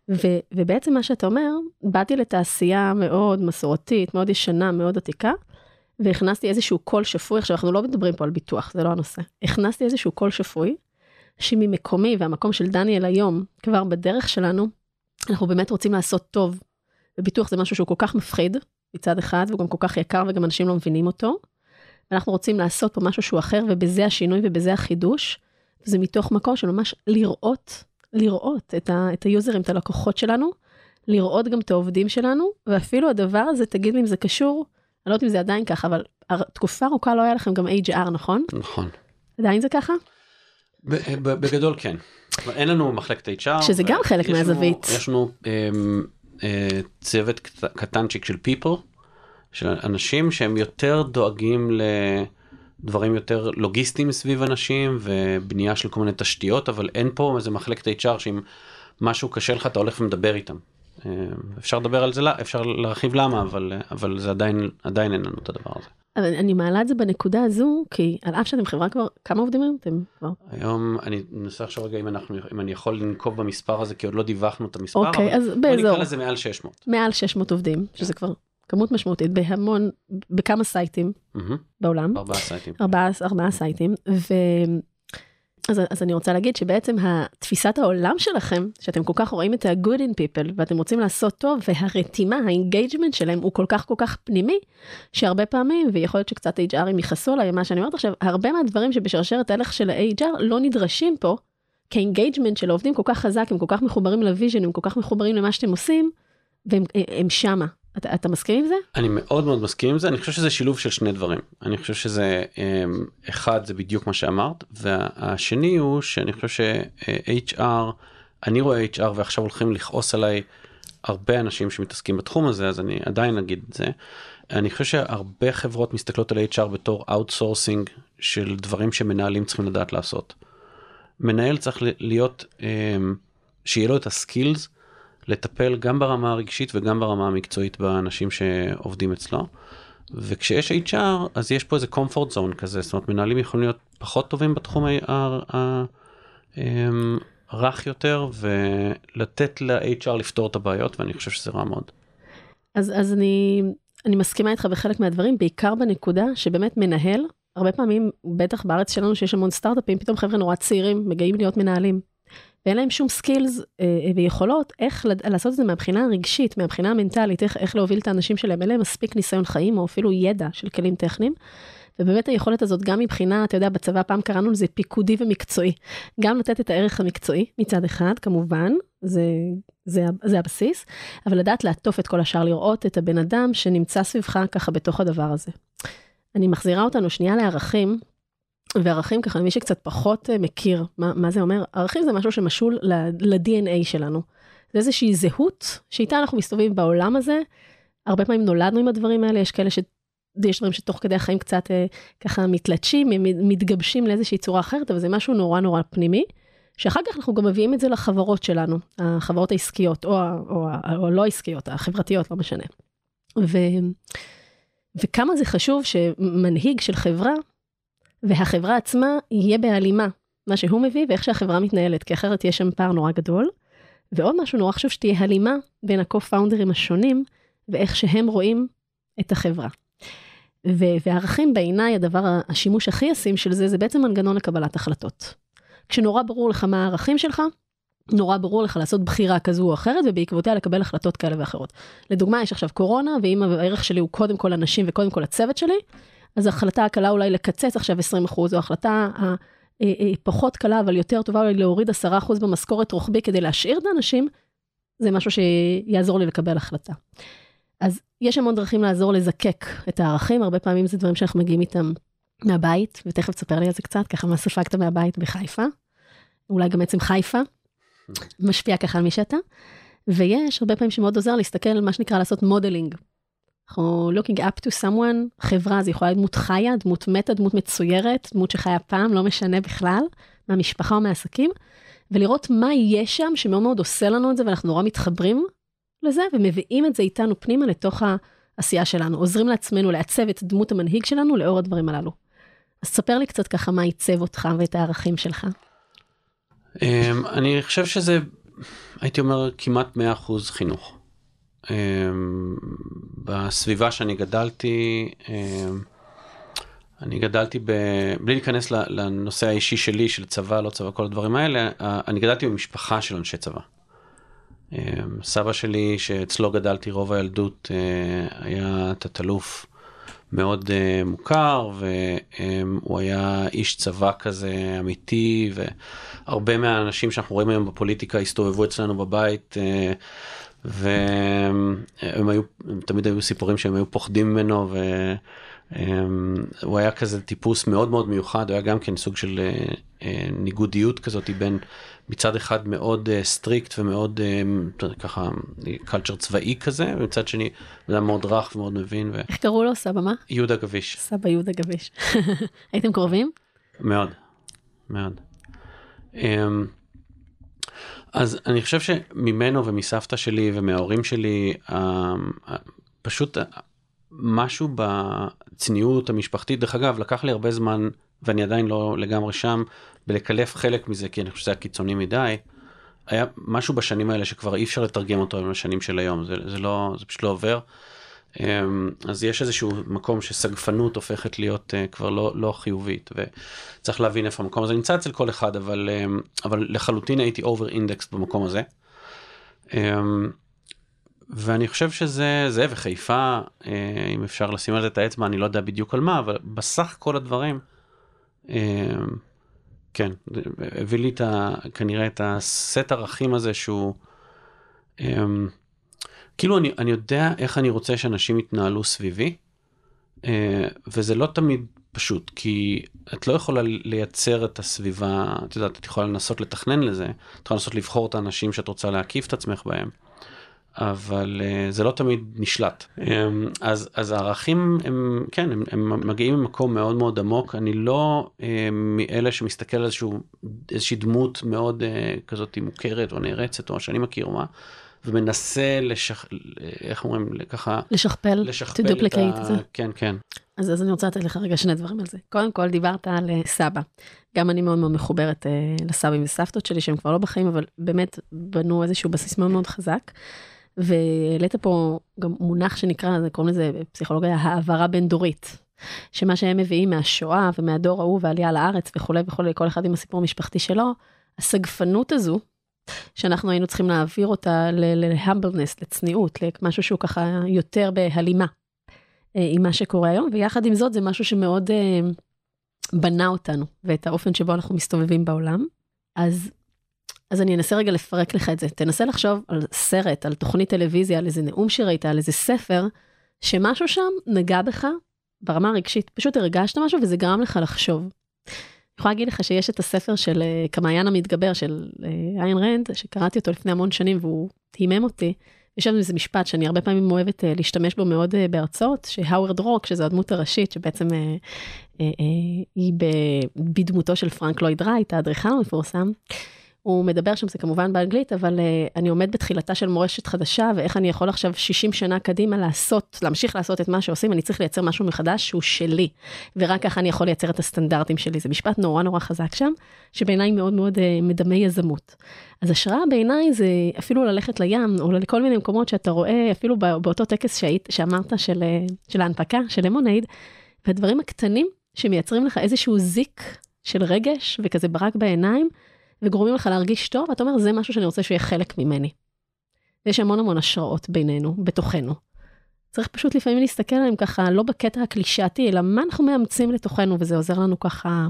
ו- ובעצם מה שאתה אומר, באתי לתעשייה מאוד מסורתית, מאוד ישנה, מאוד עתיקה, והכנסתי איזשהו קול שפוי, עכשיו אנחנו לא מדברים פה על ביטוח, זה לא הנושא. הכנסתי איזשהו קול שפוי, שממקומי והמקום של דניאל היום, כבר בדרך שלנו, אנחנו באמת רוצים לעשות טוב. וביטוח זה משהו שהוא כל כך מפחיד, מצד אחד, והוא גם כל כך יקר, וגם אנשים לא מבינים אותו. ואנחנו רוצים לעשות פה משהו שהוא אחר, ובזה השינוי ובזה החידוש, וזה מתוך מקום של ממש לראות, לראות את, ה, את היוזרים, את הלקוחות שלנו, לראות גם את העובדים שלנו, ואפילו הדבר הזה, תגיד לי אם זה קשור, אני לא יודעת אם זה עדיין ככה, אבל תקופה ארוכה לא היה לכם גם אייץ' אר, נכון? נכון. עדיין זה ככה? בגדול כן. אין לנו מחלקת אייץ' אר. שזה גם חלק מהזווית. יש לנו צוות קטנצ'יק של people, של אנשים שהם יותר דואגים לדברים יותר לוגיסטיים סביב אנשים, ובנייה של כל מיני תשתיות, אבל אין פה איזה מחלקת אייץ' אר שאם משהו קשה לך, אתה הולך ומדבר איתם. אפשר לדבר על זה, אפשר להרחיב למה, אבל, אבל זה עדיין, עדיין אין לנו את הדבר הזה. אבל אני מעלה את זה בנקודה הזו, כי על אף שאתם חברה כבר, כמה עובדים היום אתם כבר? היום, אני ננסה עכשיו רגע אם אנחנו, אם אני יכול לנקוב במספר הזה, כי עוד לא דיווחנו את המספר, אוקיי, אז באזור. בוא נקרא לזה מעל שש מאות. מעל שש מאות עובדים, שזה כבר כמות משמעותית, בהמון, בכמה סייטים בעולם. ארבעה סייטים. ארבעה, ארבעה סייטים, ו... אז, אז אני רוצה להגיד שבעצם התפיסת העולם שלכם, שאתם כל כך רואים את ה-good in people, ואתם רוצים לעשות טוב, והרתימה, ה-engagement שלהם הוא כל כך כל כך פנימי, שהרבה פעמים, ויכול להיות שקצת אייץ' ארים יכעסו עליי, מה שאני אומרת עכשיו, הרבה מהדברים שבשרשרת הלך של ה-אייץ' אר לא נדרשים פה, כי-engagement של העובדים כל כך חזק, הם כל כך מחוברים לוויז'ן, הם כל כך מחוברים למה שאתם עושים, והם הם שמה. אתה, אתה מסכים עם זה? אני מאוד מאוד מסכים עם זה, אני חושב שזה שילוב של שני דברים. אני חושב שזה, אחד, זה בדיוק מה שאמרת, והשני הוא שאני חושב ש-אייץ' אר, אני רואה אייץ' אר ועכשיו הולכים לכעוס עליי הרבה אנשים שמתעסקים בתחום הזה, אז אני עדיין אגיד את זה. אני חושב שהרבה חברות מסתכלות על אייץ' אר בתור אאוטסורסינג של דברים שמנהלים צריכים לדעת לעשות. מנהל צריך להיות, שיהיה לו את הסקילס, לטפל גם ברמה הרגשית וגם ברמה המקצועית באנשים שעובדים אצלו. וכשיש אייץ' אר, אז יש פה איזה comfort zone כזה, זאת אומרת, מנהלים יכולים להיות פחות טובים בתחום הרך יותר, ולתת ל-אייץ' אר לפתור את הבעיות, ואני חושב שזה רע מאוד. אז, אז אני, אני מסכימה איתך בחלק מהדברים, בעיקר בנקודה שבאמת מנהל, הרבה פעמים, בטח בארץ שלנו שיש המון סטארט-אפים, פתאום חבר'ה נורא צעירים מגיעים להיות מנהלים. ואין להם שום סקילס אה, ויכולות איך לעשות את זה מהבחינה הרגשית, מהבחינה המנטלית, איך, איך להוביל את האנשים שלהם, אין להם מספיק ניסיון חיים, או אפילו ידע של כלים טכניים, ובאמת היכולת הזאת גם מבחינה, אתה יודע, בצבא פעם קראנו לזה פיקודי ומקצועי, גם לתת את הערך המקצועי מצד אחד, כמובן, זה, זה, זה הבסיס, אבל לדעת לעטוף את כל השאר, לראות את הבן אדם שנמצא סביבך ככה בתוך הדבר הזה. אני מחזירה אותנו שנייה לערכים, וערכים ככה, מי שקצת פחות מכיר, מה, מה זה אומר? ערכים זה משהו שמשול ל-די אן איי שלנו. זה איזושהי זהות, שאיתה אנחנו מסתובבים בעולם הזה, הרבה פעמים נולדנו עם הדברים האלה, יש כאלה ש... יש דברים שתוך כדי החיים קצת ככה מתלטשים, מתגבשים לאיזושהי צורה אחרת, אבל זה משהו נורא נורא פנימי, שאחר כך אנחנו גם מביאים את זה לחברות שלנו, החברות העסקיות, או, או, או לא העסקיות, החברתיות, לא משנה. ו... וכמה זה חשוב שמנהיג של חברה, והחברה עצמה יהיה בהלימה, מה שהוא מביא ואיך שהחברה מתנהלת, כי אחרת יש שם פער נורא גדול, ועוד משהו נורא חשוב שתהיה הלימה בין הקו-פאונדרים השונים, ואיך שהם רואים את החברה. ו- והערכים בעיניי, הדבר, השימוש הכי ישים של זה, זה בעצם מנגנון לקבלת החלטות. כשנורא ברור לך מה הערכים שלך, נורא ברור לך לעשות בחירה כזו או אחרת, ובעקבותיה לקבל החלטות כאלה ואחרות. לדוגמה, יש עכשיו קורונה, ואם הערך שלי הוא קודם כל אנשים וקודם כל הצוות שלי, אז ההחלטה הקלה אולי לקצץ עכשיו עשרים אחוז, או החלטה פחות קלה, אבל יותר טובה אולי להוריד עשרה אחוז במשכורת רוחבי, כדי להשאיר את האנשים, זה משהו שיעזור לי לקבל החלטה. אז יש המון דרכים לעזור לזקק את הערכים, הרבה פעמים זה דברים שאנחנו מגיעים איתם מהבית, ותכף תספר לי על זה קצת, ככה מה ספגת מהבית בחיפה, אולי גם עצם חיפה, משפיע ככה על מי שאתה, ויש הרבה פעמים שמאוד עוזר להסתכל על מה שנקרא לעשות מודלינג, אנחנו looking up to someone, חברה, זה יכולה להיות דמות חיה, דמות מתה, דמות מצוירת, דמות שחיה פעם, לא משנה בכלל, מהמשפחה או מהעסקים, ולראות מה יש שם שמאוד מאוד עושה לנו את זה, ואנחנו נורא מתחברים לזה, ומביאים את זה איתנו פנימה לתוך העשייה שלנו, עוזרים לעצמנו לעצב את דמות המנהיג שלנו לאור הדברים הללו. אז תספר לי קצת ככה מה ייצב אותך ואת הערכים שלך. אני חושב שזה הייתי אומר כמעט מאה אחוז חינוך. בסביבה שאני גדלתי, אני גדלתי, ב... בלי להיכנס לנושא האישי שלי, של צבא, לא צבא, כל הדברים האלה, אני גדלתי במשפחה של אנשי צבא. סבא שלי, שאצלו גדלתי רוב הילדות, היה תת-אלוף מאוד מוכר, והוא היה איש צבא כזה אמיתי, והרבה מהאנשים שאנחנו רואים היום בפוליטיקה הסתובבו אצלנו בבית, והם היו, תמיד היו סיפורים שהם היו פוחדים ממנו, והוא היה כזה טיפוס מאוד מאוד מיוחד, הוא היה גם כן סוג של ניגודיות כזאת, בין מצד אחד מאוד סטריקט ומאוד ככה קלצ'ר צבאי כזה, ומצד שני הוא היה מאוד רך ומאוד מבין. איך קראו לו? סבא מה? יהודה גביש. סבא יהודה גביש. הייתם קרובים? מאוד, מאוד. אז אני חושב שממנו ומסבתא שלי ומההורים שלי, פשוט משהו בצניעות המשפחתית, דרך אגב, לקח לי הרבה זמן, ואני עדיין לא לגמרי שם, בלקלף חלק מזה, כי אני חושב שזה היה קיצוני מדי, היה משהו בשנים האלה שכבר אי אפשר לתרגם אותו בשנים של היום, זה, זה, לא, זה פשוט לא עובר. אז יש איזשהו מקום שסגפנות הופכת להיות כבר לא, לא חיובית, וצריך להבין איפה המקום הזה נמצא אצל כל אחד, אבל, אבל לחלוטין הייתי over indexed במקום הזה. ואני חושב שזה, זה וחיפה, אם אפשר לשים על זה את האצבע, אני לא יודע בדיוק על מה, אבל בסך כל הדברים, כן, הביא לי את ה, כנראה את הסט ערכים הזה שהוא, כאילו אני, אני יודע איך אני רוצה שאנשים יתנהלו סביבי, וזה לא תמיד פשוט, כי את לא יכולה לייצר את הסביבה, את יודעת, את יכולה לנסות לתכנן לזה, את יכולה לנסות לבחור את האנשים שאת רוצה להקיף את עצמך בהם, אבל זה לא תמיד נשלט. אז, אז הערכים הם, כן, הם, הם מגיעים ממקום מאוד מאוד עמוק, אני לא מאלה שמסתכל על איזשהו, איזושהי דמות מאוד כזאת מוכרת או נערצת, או שאני מכיר מה, ומנסה לשכ... איך אומרים, ככה... לשכפל, לשכפל to duplicate ה... זה. כן, כן. אז, אז אני רוצה לתת לך רגע שני דברים על זה. קודם כל, דיברת על סבא. גם אני מאוד מאוד מחוברת uh, לסבים וסבתות שלי, שהם כבר לא בחיים, אבל באמת בנו איזשהו בסיס מאוד מאוד חזק. והעלית פה גם מונח שנקרא, קוראים לזה בפסיכולוגיה, העברה בין דורית. שמה שהם מביאים מהשואה ומהדור ההוא ועלייה לארץ וכו' וכו', כל אחד עם הסיפור המשפחתי שלו, הסגפנות הזו, שאנחנו היינו צריכים להעביר אותה ל-humbleness, לצניעות, למשהו שהוא ככה יותר בהלימה עם מה שקורה היום, ויחד עם זאת זה משהו שמאוד בנה אותנו, ואת האופן שבו אנחנו מסתובבים בעולם. אז, אז אני אנסה רגע לפרק לך את זה. תנסה לחשוב על סרט, על תוכנית טלוויזיה, על איזה נאום שראית, על איזה ספר, שמשהו שם נגע בך ברמה הרגשית. פשוט הרגשת משהו וזה גרם לך לחשוב. אני יכולה להגיד לך שיש את הספר של כמעיין המתגבר של איין רנד, שקראתי אותו לפני המון שנים והוא הימם אותי. יש שם איזה משפט שאני הרבה פעמים אוהבת להשתמש בו מאוד בהרצאות, שהאוורד רוק, שזו הדמות הראשית, שבעצם היא בדמותו של פרנק לויד רייט, האדריכל המפורסם. הוא מדבר שם, זה כמובן באנגלית, אבל אני עומד בתחילתה של מורשת חדשה, ואיך אני יכול עכשיו שישים שנה קדימה לעשות, להמשיך לעשות את מה שעושים, אני צריך לייצר משהו מחדש שהוא שלי, ורק ככה אני יכול לייצר את הסטנדרטים שלי. זה משפט נורא נורא חזק שם, שבעיניי מאוד מאוד מדמה יזמות. אז השראה בעיניי זה אפילו ללכת לים, או לכל מיני מקומות שאתה רואה, אפילו באותו טקס שהיית, שאמרת של, של ההנפקה, של למונייד, והדברים הקטנים שמייצרים לך איזשהו זיק של רגש, וכזה ברק בעיניים, וגורמים לך להרגיש טוב, ואתה אומר, זה משהו שאני רוצה שיהיה חלק ממני. ויש המון המון השראות בינינו, בתוכנו. צריך פשוט לפעמים להסתכל עליהם ככה, לא בקטע הקלישאתי, אלא מה אנחנו מאמצים לתוכנו, וזה עוזר לנו ככה,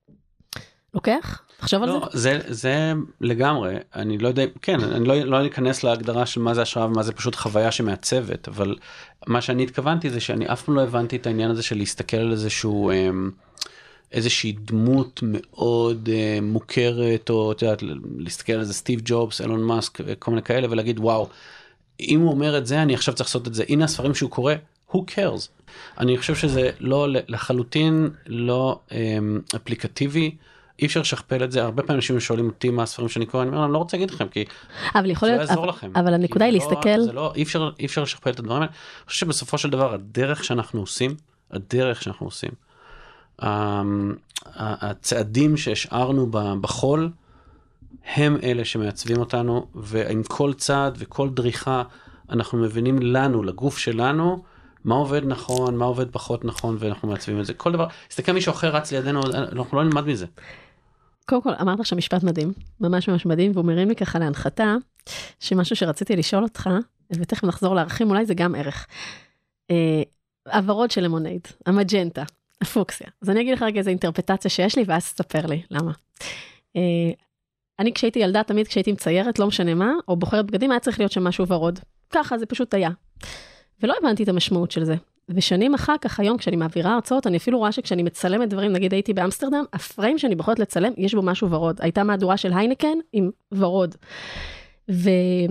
לוקח? תחשוב על לא, זה? זה, זה לגמרי, אני לא יודע, כן, אני לא, לא אכנס להגדרה של מה זה השראה, ומה זה פשוט חוויה שמעצבת, אבל מה שאני התכוונתי זה שאני אף פעם לא הבנתי את העניין הזה של להסתכל על איזשהו, איזושהי דמות מאוד uh, מוכרת, או את יודעת, להסתכל על זה סטיב ג'ובס, אילון מאסק, כל מיני כאלה, ולהגיד, וואו, אם הוא אומר את זה, אני עכשיו צריך לעשות את זה. הנה הספרים שהוא קורא, who cares? אני חושב שזה לא, לחלוטין לא um, אפליקטיבי, אי אפשר לשכפל את זה. הרבה פעמים אנשים שואלים אותי מה הספרים שאני קורא, אני אומר, אני לא רוצה להגיד לכם, כי אבל יכול זה להיות, לא יעזור לכם. אבל הנקודה היא להסתכל. זה לא, אי אפשר, אי אפשר לשכפל את הדברים האלה. אני חושב שבסופו של דבר, הדרך שאנחנו עושים, הדרך שאנחנו עושים, הצעדים שהשארנו בחול, הם אלה שמעצבים אותנו, ועם כל צעד וכל דריכה, אנחנו מבינים לנו, לגוף שלנו, מה עובד נכון, מה עובד פחות נכון, ואנחנו מעצבים את זה. כל דבר, הסתכל מישהו אחר רץ לידינו, אנחנו לא נלמד מזה. קודם כל, אמרת עכשיו משפט מדהים, ממש ממש מדהים, והוא מרים לי ככה להנחתה, שמשהו שרציתי לשאול אותך, ותכף נחזור לערכים, אולי זה גם ערך. הוורוד של למונייד, המג'נטה, הפוקסיה. אז אני אגיד לך רגע איזו אינטרפטציה שיש לי, ואז תספר לי למה. אני כשהייתי ילדה, תמיד כשהייתי מציירת, לא משנה מה, או בוחרת בגדים, היה צריך להיות שם משהו ורוד. ככה, זה פשוט היה. ולא הבנתי את המשמעות של זה. ושנים אחר כך, היום, כשאני מעבירה הרצאות, אני אפילו רואה שכשאני מצלמת דברים, נגיד הייתי באמסטרדם, הפריים שאני בוחרת לצלם, יש בו משהו ורוד. הייתה מהדורה של היינקן עם ורוד. ו...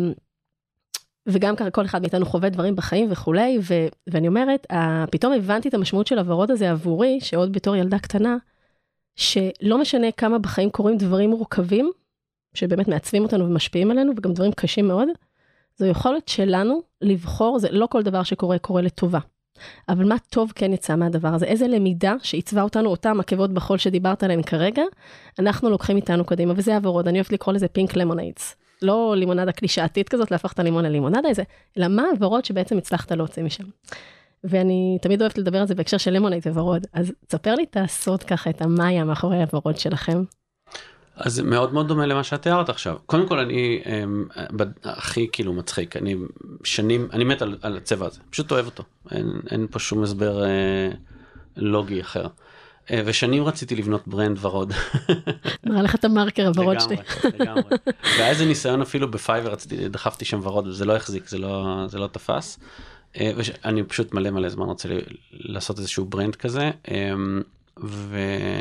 וגם ככה כל אחד מאיתנו חווה דברים בחיים וכולי, ו... ואני אומרת, פתאום הבנתי את המשמעות של הוורוד הזה עבורי, שעוד בתור ילדה קטנה, שלא משנה כמה בחיים קורים דברים מורכבים, שבאמת מעצבים אותנו ומשפיעים עלינו, וגם דברים קשים מאוד, זו יכולת שלנו לבחור, זה לא כל דבר שקורה, קורה לטובה. אבל מה טוב כן יצא מהדבר הזה? איזה למידה שעיצבה אותנו, אותם עקבות בחול שדיברת עליהן כרגע, אנחנו לוקחים איתנו קדימה, וזה הוורוד, אני אוהבת לקרוא לזה פינק למוניידס. לא לימונדה קלישאתית כזאת, להפוך את הלימון ללימונדה, איזה, אלא מה הוורוד שבעצם הצלחת להוציא משם. ואני תמיד אוהבת לדבר על זה בהקשר של למונייד וורוד, אז תספר לי את הסוד ככה, את המאיה מאחורי הוורוד שלכם. אז זה מאוד מאוד דומה למה שאת תיארת עכשיו. קודם כל אני הכי כאילו מצחיק, אני שנים, אני מת על, על הצבע הזה, פשוט אוהב אותו, אין, אין פה שום הסבר אה, לוגי אחר. אה, ושנים רציתי לבנות ברנד ורוד. מראה לך את המרקר הוורוד שלי. לגמרי, לגמרי. והיה איזה ניסיון אפילו בפייבר, רציתי, דחפתי שם ורוד, וזה לא החזיק, זה לא, זה לא תפס. אה, ואני פשוט מלא מלא זמן רוצה לעשות איזשהו ברנד כזה, אה, ו...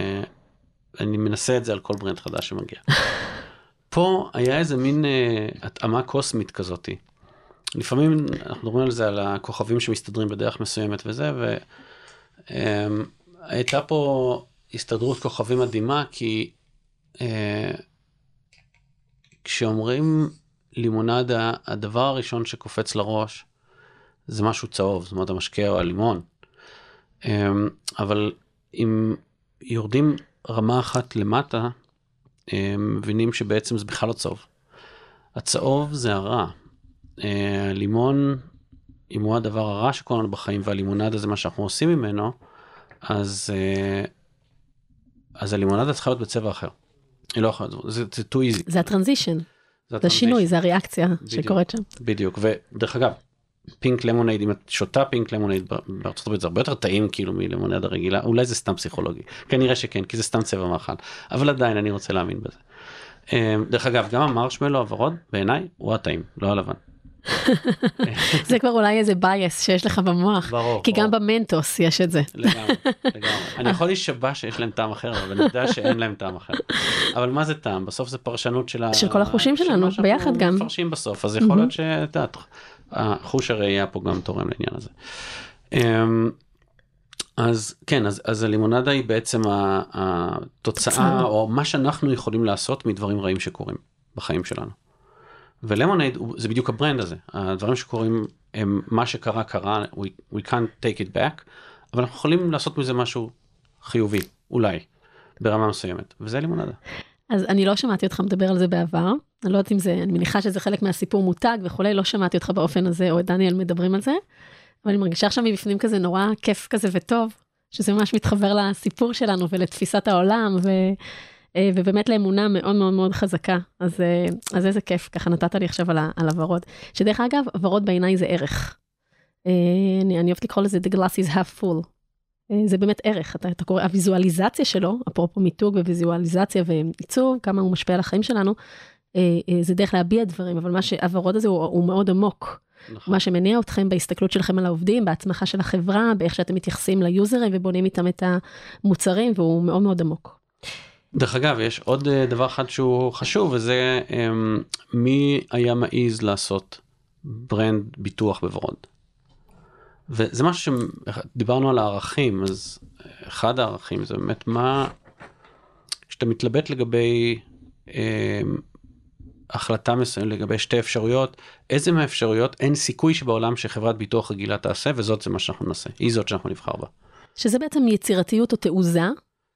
אני מנסה את זה על כל ברנד חדש שמגיע. פה היה איזה מין uh, התאמה קוסמית כזאת. לפעמים אנחנו מדברים על זה, על הכוכבים שמסתדרים בדרך מסוימת וזה, והייתה um, פה הסתדרות כוכבים מדהימה, כי uh, כשאומרים לימונדה, הדבר הראשון שקופץ לראש, זה משהו צהוב, זאת אומרת המשקה או הלימון. Um, אבל אם יורדים רמה אחת למטה, מבינים שבעצם זה בכלל לא צהוב. הצהוב זה הרע. הלימון, אם הוא הדבר הרע שקורה לנו בחיים, והלימונדה זה מה שאנחנו עושים ממנו, אז, אז הלימונדה צריכה להיות בצבע אחר. היא לא יכולה, זה, זה too easy. זה הטרנזישן. זה השינוי, זה הריאקציה שקורית שם. בדיוק, ודרך אגב, פינק למונייד, אם את שותה פינק למונייד בארצות הברית, זה הרבה יותר טעים כאילו מלמונייד הרגילה, אולי זה סתם פסיכולוגי, כנראה שכן, כי זה סתם צבע מאכל, אבל עדיין אני רוצה להאמין בזה. דרך אגב, גם המרשמלו הוורוד, בעיניי, הוא הטעים, לא הלבן. זה כבר אולי איזה בייס שיש לך במוח, כי גם במנטוס יש את זה. לגמרי, לגמרי. אני יכול להישבע שיש להם טעם אחר, אבל אני יודע שאין להם טעם אחר. אבל מה זה טעם? בסוף זה פרשנות של כל החושים שלנו, ביחד גם. מפרשים בסוף, אז יכול להיות שתעת, החוש הראייה פה גם תורם לעניין הזה. אז כן, אז, אז הלימונדה היא בעצם התוצאה, או מה שאנחנו יכולים לעשות מדברים רעים שקורים בחיים שלנו. ולמונייד זה בדיוק הברנד הזה. הדברים שקורים הם מה שקרה קרה, we, we can't take it back, אבל אנחנו יכולים לעשות מזה משהו חיובי, אולי, ברמה מסוימת, וזה לימונדה. אז אני לא שמעתי אותך מדבר על זה בעבר, אני לא יודעת אם זה, אני מניחה שזה חלק מהסיפור מותג וכולי, לא שמעתי אותך באופן הזה, או את דניאל מדברים על זה, אבל אני מרגישה עכשיו מבפנים כזה נורא כיף כזה וטוב, שזה ממש מתחבר לסיפור שלנו ולתפיסת העולם, ו, ובאמת לאמונה מאוד מאוד מאוד חזקה, אז, אז איזה כיף, ככה נתת לי עכשיו על, על הוורוד, שדרך אגב, הוורוד בעיניי זה ערך, אני, אני אוהבת לקרוא לזה, the glass is half full, זה באמת ערך, אתה, אתה קורא, הוויזואליזציה שלו, אפרופו מיתוג וויזואליזציה ועיצוב, כמה הוא משפיע על החיים שלנו, זה דרך להביע דברים, אבל מה שהוורוד הזה הוא, הוא מאוד עמוק, נכון. מה שמניע אתכם בהסתכלות שלכם על העובדים, בהצמחה של החברה, באיך שאתם מתייחסים ליוזרים ובונים איתם את המוצרים, והוא מאוד מאוד עמוק. דרך אגב, יש עוד דבר אחד שהוא חשוב, וזה מי היה מעיז לעשות ברנד ביטוח בוורוד. וזה משהו שדיברנו על הערכים, אז אחד הערכים זה באמת מה, כשאתה מתלבט לגבי אה, החלטה מסוימת, לגבי שתי אפשרויות, איזה מהאפשרויות אין סיכוי שבעולם שחברת ביטוח רגילה תעשה, וזאת זה מה שאנחנו נעשה, היא זאת שאנחנו נבחר בה. שזה בעצם יצירתיות או תעוזה?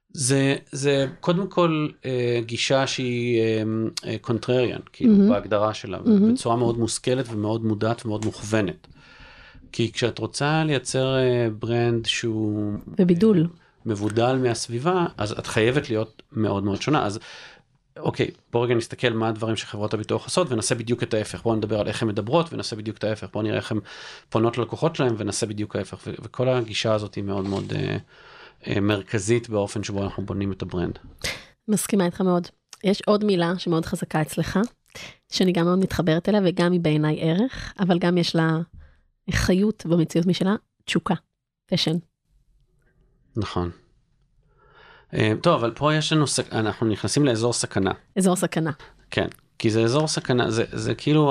זה, זה קודם כל אה, גישה שהיא קונטרריאן, אה, כאילו mm-hmm. בהגדרה שלה, mm-hmm. בצורה מאוד מושכלת ומאוד מודעת ומאוד מוכוונת. כי כשאת רוצה לייצר אה, ברנד שהוא... בבידול. אה, מבודל מהסביבה, אז את חייבת להיות מאוד מאוד שונה. אז אוקיי, בואו רגע נסתכל מה הדברים שחברות הביטוח עושות, ונעשה בדיוק את ההפך. בואו נדבר על איך הן מדברות, ונעשה בדיוק את ההפך. בואו נראה איך הן פונות ללקוחות שלהם, ונעשה בדיוק ההפך. ו- וכל הגישה הזאת היא מאוד מאוד אה, אה, מרכזית באופן שבו אנחנו בונים את הברנד. מסכימה איתך מאוד. יש עוד מילה שמאוד חזקה אצלך, שאני גם מאוד מתחברת אליה, וגם היא בעיניי ערך, אבל גם יש לה חיות במציאות משלה, תשוקה, פשן. נכון. טוב, אבל פה יש לנו, אנחנו נכנסים לאזור סכנה. אזור סכנה. כן, כי זה אזור סכנה, זה, זה כאילו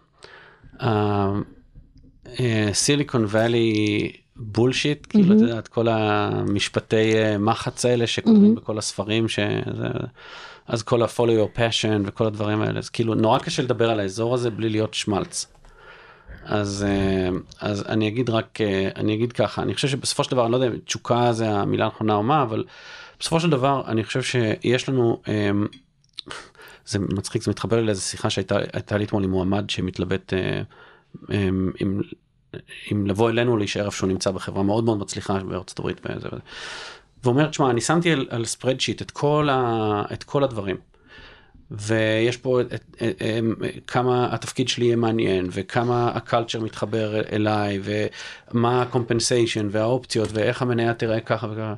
הסיליקון ואלי בולשיט, כאילו, אתה יודעת, כל המשפטי מחץ האלה שקוראים בכל הספרים, אז כל ה-follow your passion וכל הדברים האלה, אז כאילו, נורא קשה לדבר על האזור הזה בלי להיות שמלץ. אז, אז אני אגיד רק, אני אגיד ככה, אני חושב שבסופו של דבר, אני לא יודע, תשוקה זה המילה הנכונה או מה, אבל בסופו של דבר, אני חושב שיש לנו, זה מצחיק, זה מתחבר לי לאיזו שיחה שהייתה לי אתמול עם מועמד שמתלבט עם, עם לבוא אלינו או להישאר איפה שהוא נמצא בחברה מאוד מאוד מצליחה בארצות הברית וזה וזה. ואומר, תשמע, אני שמתי על, על ספרדשיט את כל ה, את כל הדברים. ויש פה את, את, את, כמה התפקיד שלי יהיה מעניין, וכמה הקלצ'ר מתחבר אליי, ומה הקומפנסיישן והאופציות, ואיך המניה תראה ככה וככה.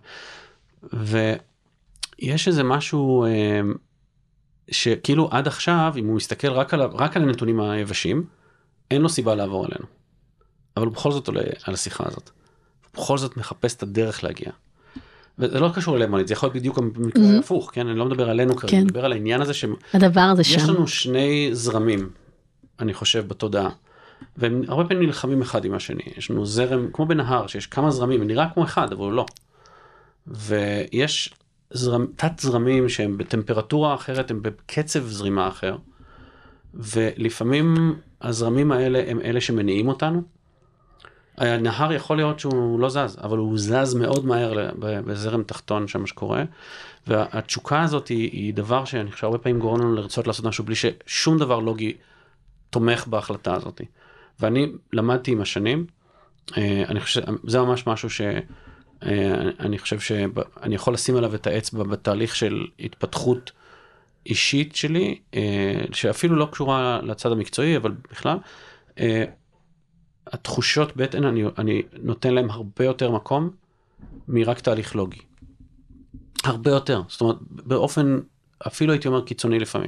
ויש איזה משהו שכאילו עד עכשיו, אם הוא מסתכל רק על, רק על הנתונים היבשים, אין לו סיבה לעבור עלינו. אבל בכל זאת עולה על השיחה הזאת. בכל זאת מחפש את הדרך להגיע. וזה לא קשור אליהם, זה יכול להיות בדיוק במקרה הפוך, כן? אני לא מדבר עלינו כרגע, אני מדבר על העניין הזה הדבר הזה שם. יש לנו שני זרמים, אני חושב, בתודעה, והם הרבה פעמים נלחמים אחד עם השני. יש לנו זרם, כמו בנהר, שיש כמה זרמים, הם נראה כמו אחד, אבל לא. ויש זרם, תת זרמים שהם בטמפרטורה אחרת, הם בקצב זרימה אחר, ולפעמים הזרמים האלה הם אלה שמניעים אותנו. הנהר יכול להיות שהוא לא זז, אבל הוא זז מאוד מהר בזרם תחתון שם שקורה, והתשוקה הזאת היא, היא דבר שאני חושב הרבה פעמים גורם לנו לרצות לעשות משהו בלי ששום דבר לוגי תומך בהחלטה הזאת. ואני למדתי עם השנים, אני חושב, זה ממש משהו שאני חושב שאני יכול לשים עליו את האצבע בתהליך של התפתחות אישית שלי, שאפילו לא קשורה לצד המקצועי, אבל בכלל, התחושות בטן, אני, אני נותן להם הרבה יותר מקום מרק תהליך לוגי. הרבה יותר. זאת אומרת, באופן, אפילו הייתי אומר קיצוני לפעמים.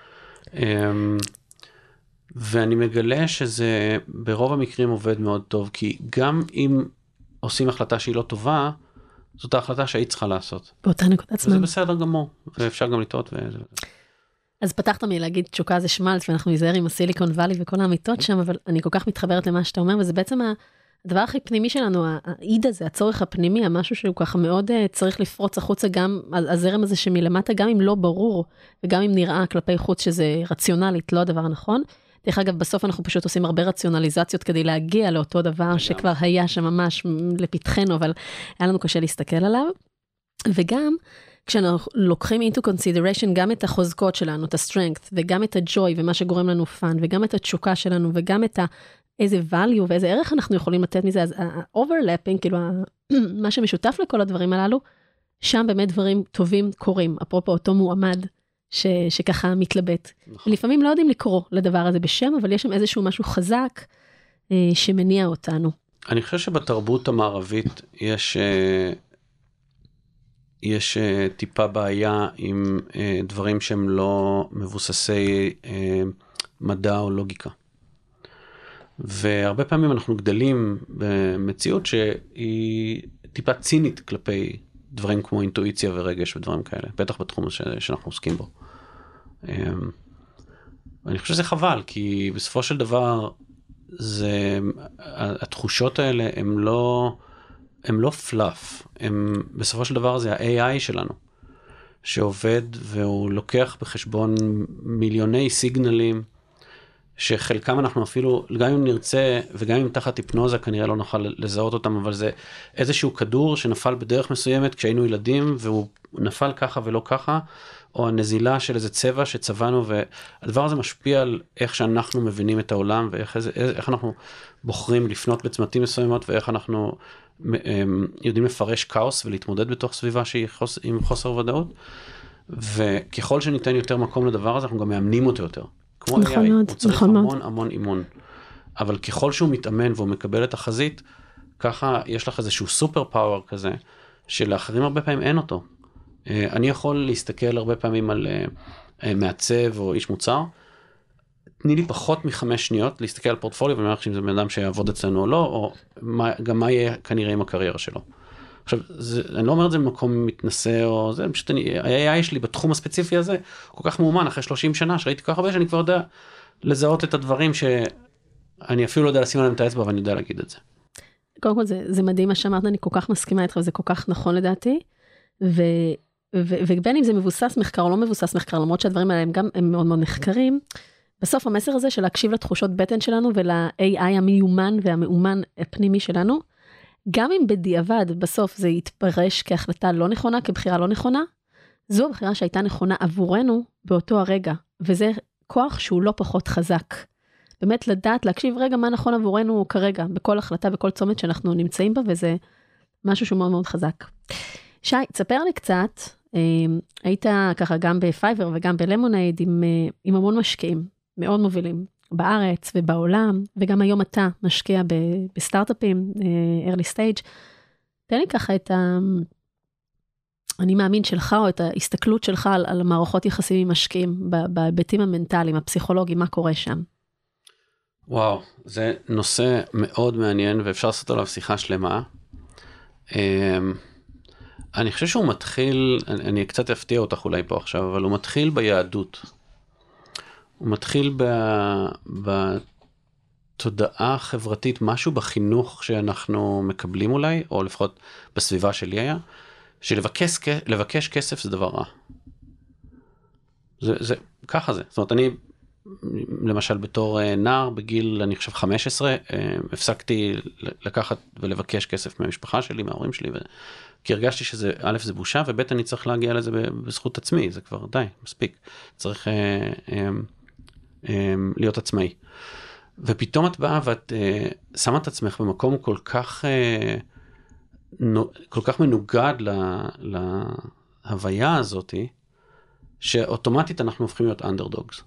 ואני מגלה שזה ברוב המקרים עובד מאוד טוב, כי גם אם עושים החלטה שהיא לא טובה, זאת ההחלטה שהיא צריכה לעשות. באותה נקודת זמן. וזה בסדר גמור, ואפשר גם לטעות וזה. אז פתחת מי להגיד תשוקה זה שמלץ, ואנחנו נזהר עם הסיליקון ואלי וכל האמיתות שם, אבל אני כל כך מתחברת למה שאתה אומר, וזה בעצם הדבר הכי פנימי שלנו, העיד הזה, הצורך הפנימי, המשהו שהוא ככה מאוד צריך לפרוץ החוצה, גם הזרם הזה שמלמטה, גם אם לא ברור, וגם אם נראה כלפי חוץ שזה רציונלית, לא הדבר הנכון. דרך אגב, בסוף אנחנו פשוט עושים הרבה רציונליזציות כדי להגיע לאותו דבר שכבר היה שם ממש לפתחנו, אבל היה לנו קשה להסתכל עליו. וגם, כשאנחנו לוקחים into consideration גם את החוזקות שלנו, את ה-strength, וגם את ה-joy, ומה שגורם לנו fun, וגם את התשוקה שלנו, וגם את ה- איזה value, ואיזה ערך אנחנו יכולים לתת מזה, אז ה-overlapping, כאילו, מה שמשותף לכל הדברים הללו, שם באמת דברים טובים קורים, אפרופו אותו מועמד, ש- שככה מתלבט. נכון. לפעמים לא יודעים לקרוא לדבר הזה בשם, אבל יש שם איזשהו משהו חזק, אה, שמניע אותנו. אני חושב שבתרבות המערבית יש... אה... יש uh, טיפה בעיה עם uh, דברים שהם לא מבוססי uh, מדע או לוגיקה. והרבה פעמים אנחנו גדלים במציאות שהיא טיפה צינית כלפי דברים כמו אינטואיציה ורגש ודברים כאלה, בטח בתחום ש- שאנחנו עוסקים בו. Um, ואני חושב שזה חבל, כי בסופו של דבר זה, התחושות האלה הן לא... הם לא פלאף, הם בסופו של דבר זה ה-איי איי שלנו, שעובד והוא לוקח בחשבון מיליוני סיגנלים שחלקם אנחנו אפילו, גם אם נרצה, וגם אם תחת היפנוזה, כנראה לא נוכל לזהות אותם, אבל זה איזשהו כדור שנפל בדרך מסוימת כשהיינו ילדים, והוא נפל ככה ולא ככה, או הנזילה של איזה צבע שצבענו, והדבר הזה משפיע על איך שאנחנו מבינים את העולם, ואיך איזה, איך אנחנו בוחרים לפנות בצמתים מסוימות, ואיך אנחנו יודעים לפרש כאוס, ולהתמודד בתוך סביבה שהיא חוס, עם חוסר ודאות, וככל שניתן יותר מקום לדבר הזה, אנחנו גם מאמנים אותו יותר. כמו נכון איי איי, מאוד, הוא צריך נכון המון מאוד. המון אימון. אבל ככל שהוא מתאמן והוא מקבל את החזית, ככה יש לך איזשהו סופר פאוור כזה, שלאחרים הרבה פעמים אין אותו. אני יכול להסתכל הרבה פעמים על מעצב או איש מוצר, תני לי פחות מחמש שניות להסתכל על פורטפוליו, ואני אומר לך אם זה בן אדם שיעבוד אצלנו או לא, או מה, גם מה יהיה כנראה עם הקריירה שלו. עכשיו, זה, אני לא אומר את זה במקום מתנשא או זה, פשוט אני, ה-איי איי שלי בתחום הספציפי הזה, כל כך מאומן אחרי שלושים שנה, שראיתי כל כך הרבה שאני כבר יודע לזהות את הדברים שאני אפילו לא יודע לשים עליהם את האצבע, ואני יודע להגיד את זה. קודם כל, זה, זה מדהים מה שאמרת, אני כל כך מסכימה איתך, וזה כל כך נכון לדעתי, ו, ו, ובין אם זה מבוסס מחקר או לא מבוסס מחקר, למרות שהדברים האלה הם גם הם מאוד מאוד נחקרים, בסוף המסר הזה של להקשיב לתחושות בטן שלנו, ול-איי איי המיומן והמאומן הפנימי שלנו, גם אם בדיעבד בסוף זה יתפרש כהחלטה לא נכונה, כבחירה לא נכונה, זו הבחירה שהייתה נכונה עבורנו באותו הרגע, וזה כוח שהוא לא פחות חזק. באמת לדעת, להקשיב רגע מה נכון עבורנו כרגע, בכל החלטה, בכל צומת שאנחנו נמצאים בה, וזה משהו שהוא מאוד מאוד חזק. שי, תספר לי קצת, היית ככה גם בפייבר וגם בלמונייד עם, עם המון משקיעים, מאוד מובילים, בארץ ובעולם, וגם היום אתה משקיע ב- בסטארט-אפים, early stage. תן לי ככה את ה... אני מאמין שלך, או את ההסתכלות שלך על, על מערכות יחסים עם משקיעים, בהיבטים המנטליים, הפסיכולוגיים, מה קורה שם? וואו, זה נושא מאוד מעניין, ואפשר לעשות עליו שיחה שלמה. אני חושב שהוא מתחיל, אני קצת אפתיע אותך אולי פה עכשיו, אבל הוא מתחיל ביהדות. הוא מתחיל בתודעה החברתית, משהו בחינוך שאנחנו מקבלים אולי, או לפחות בסביבה שלי היה, שלבקש לבקש כסף זה דבר רע. זה, זה, ככה זה. זאת אומרת, אני, למשל בתור נער, בגיל, אני חושב, חמש עשרה, הפסקתי לקחת ולבקש כסף מהמשפחה שלי, מההורים שלי, ו... כי הרגשתי שזה, א', זה בושה, וב', אני צריך להגיע לזה בזכות עצמי, זה כבר די, מספיק. צריך... אה, אה, להיות עצמאי. ופתאום את באה ואת uh, שמה את עצמך במקום כל כך, uh, נו, כל כך מנוגד לה, להוויה הזאת, שאוטומטית אנחנו הופכים להיות אנדרדוגס.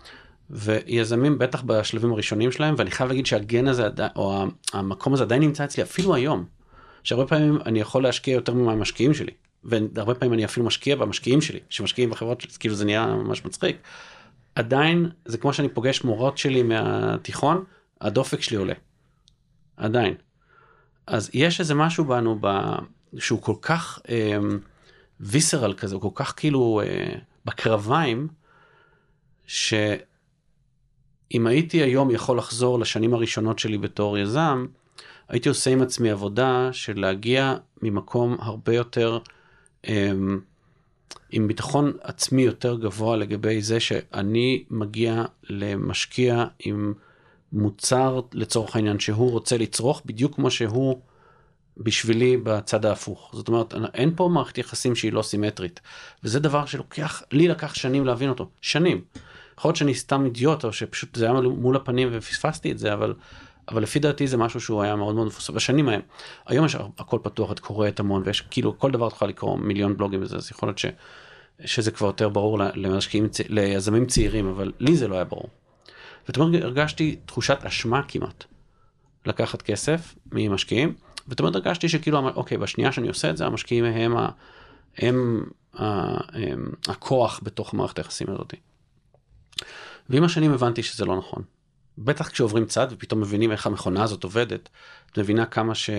ויזמים בטח בשלבים הראשונים שלהם, ואני חייב להגיד שהגן הזה, או המקום הזה עדיין נמצא אצלי, אפילו היום, שהרבה פעמים אני יכול להשקיע יותר ממה המשקיעים שלי, והרבה פעמים אני אפילו משקיע במשקיעים שלי, שמשקיעים בחברות שלי, כאילו זה נהיה ממש מצחיק, עדיין, זה כמו שאני פוגש מורות שלי מהתיכון, הדופק שלי עולה. עדיין. אז יש איזה משהו בנו, ב... שהוא כל כך אה, ויסרל כזה, הוא כל כך כאילו אה, בקרביים, שאם הייתי היום יכול לחזור לשנים הראשונות שלי בתור יזם, הייתי עושה עם עצמי עבודה של להגיע ממקום הרבה יותר... אה, עם ביטחון עצמי יותר גבוה לגבי זה שאני מגיע למשקיע עם מוצר לצורך העניין שהוא רוצה לצרוך בדיוק כמו שהוא בשבילי בצד ההפוך. זאת אומרת, אין פה מערכת יחסים שהיא לא סימטרית. וזה דבר שלוקח, לי לקח שנים להבין אותו. שנים. יכול להיות שאני סתם אידיוט או שפשוט זה היה מול הפנים ופספסתי את זה, אבל, אבל לפי דעתי זה משהו שהוא היה מאוד מאוד מפוסק. בשנים ההם, היום יש הכל פתוח, את קוראת המון, ויש כאילו כל דבר תוכל לקרוא מיליון בלוגים וזה, אז יכול להיות ש... שזה כבר יותר ברור למשקיעים, ליזמים צעירים, אבל לי זה לא היה ברור. זאת אומרת, הרגשתי תחושת אשמה כמעט, לקחת כסף ממשקיעים, זאת אומרת, הרגשתי שכאילו, אוקיי, בשנייה שאני עושה את זה, המשקיעים הם, הם, הם, הם הכוח בתוך מערכת היחסים הזאת. ועם השנים הבנתי שזה לא נכון. בטח כשעוברים צד ופתאום מבינים איך המכונה הזאת עובדת, את מבינה כמה ש...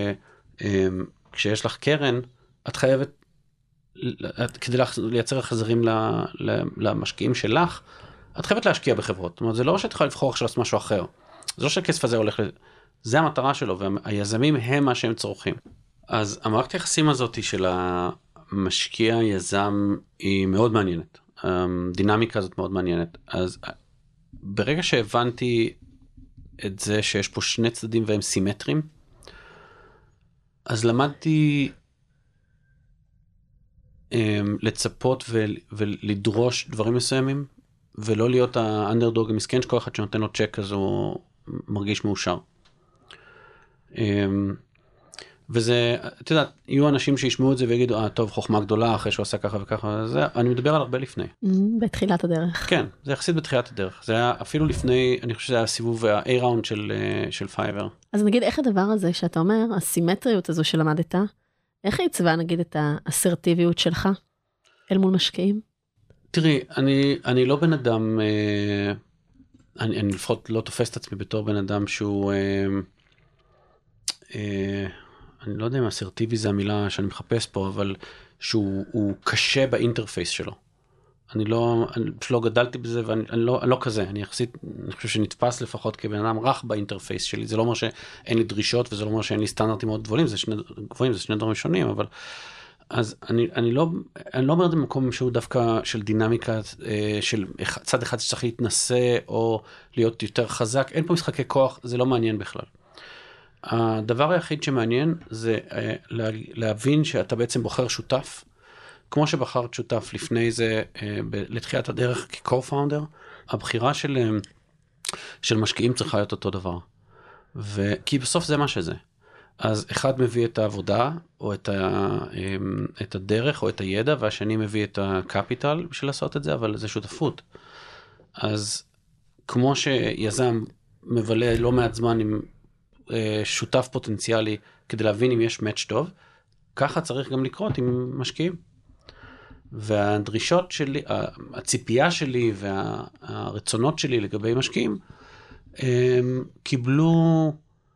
כשיש לך קרן, את חייבת כדי לייצר החזרים למשקיעים שלך, את חייבת להשקיע בחברות. זאת אומרת, זה לא שאת יכולה לבחור עכשיו משהו אחר. זה לא שהכסף הזה הולך, זה המטרה שלו, והיזמים הם מה שהם צורכים. אז המערכת היחסים הזאת של המשקיע יזם היא מאוד מעניינת. הדינמיקה הזאת מאוד מעניינת. אז ברגע שהבנתי את זה שיש פה שני צדדים והם סימטריים, אז למדתי לצפות ולדרוש דברים מסוימים, ולא להיות האנדרדוג המסכן שכל אחד שנותן לו צ'ק אז הוא מרגיש מאושר. וזה, אתה יודע, יהיו אנשים שישמעו את זה ויגידו, אה, טוב, חוכמה גדולה אחרי שהוא עשה ככה וככה, זה, אני מדבר על הרבה לפני. בתחילת הדרך. כן, זה יחסית בתחילת הדרך. זה היה אפילו לפני, אני חושב שזה היה סיבוב ה-A-ראונד של, של פייבר. אז נגיד, איך הדבר הזה שאתה אומר, הסימטריות הזו שלמדת, איך היא עיצבה, נגיד, את האסרטיביות שלך אל מול משקיעים? תראי, אני, אני לא בן אדם, אה, אני, אני לפחות לא תופס את עצמי בתור בן אדם שהוא, אה, אה, אני לא יודע אם אסרטיבי זה המילה שאני מחפש פה, אבל שהוא קשה באינטרפייס שלו. אני לא, אני פשוט לא גדלתי בזה, ואני אני לא, אני לא כזה. אני יחסית, אני חושב שנתפס לפחות כבן אדם רך באינטרפייס שלי. זה לא אומר שאין לי דרישות, וזה לא אומר שאין לי סטנדרטים מאוד גבוהים, זה שני, גבוהים, זה שני דברים שונים, אבל, אז אני, אני לא, אני לא אומר את זה במקום שהוא דווקא של דינמיקה, של צד אחד שצריך להתנסה, או להיות יותר חזק. אין פה משחקי כוח, זה לא מעניין בכלל. הדבר היחיד שמעניין זה להבין שאתה בעצם בוחר שותף, כמו שבחרת שותף לפני זה לתחילת הדרך כ-co-founder, הבחירה של, של משקיעים צריכה להיות אותו דבר. ו... כי בסוף זה מה שזה. אז אחד מביא את העבודה, או את, ה... את הדרך, או את הידע, והשני מביא את הקפיטל בשביל לעשות את זה, אבל זה שותפות. אז כמו שיזם מבלה לא מעט זמן עם שותף פוטנציאלי כדי להבין אם יש מאץ' טוב, ככה צריך גם לקרות עם משקיעים. והדרישות שלי, הציפייה שלי והרצונות שלי לגבי משקיעים, קיבלו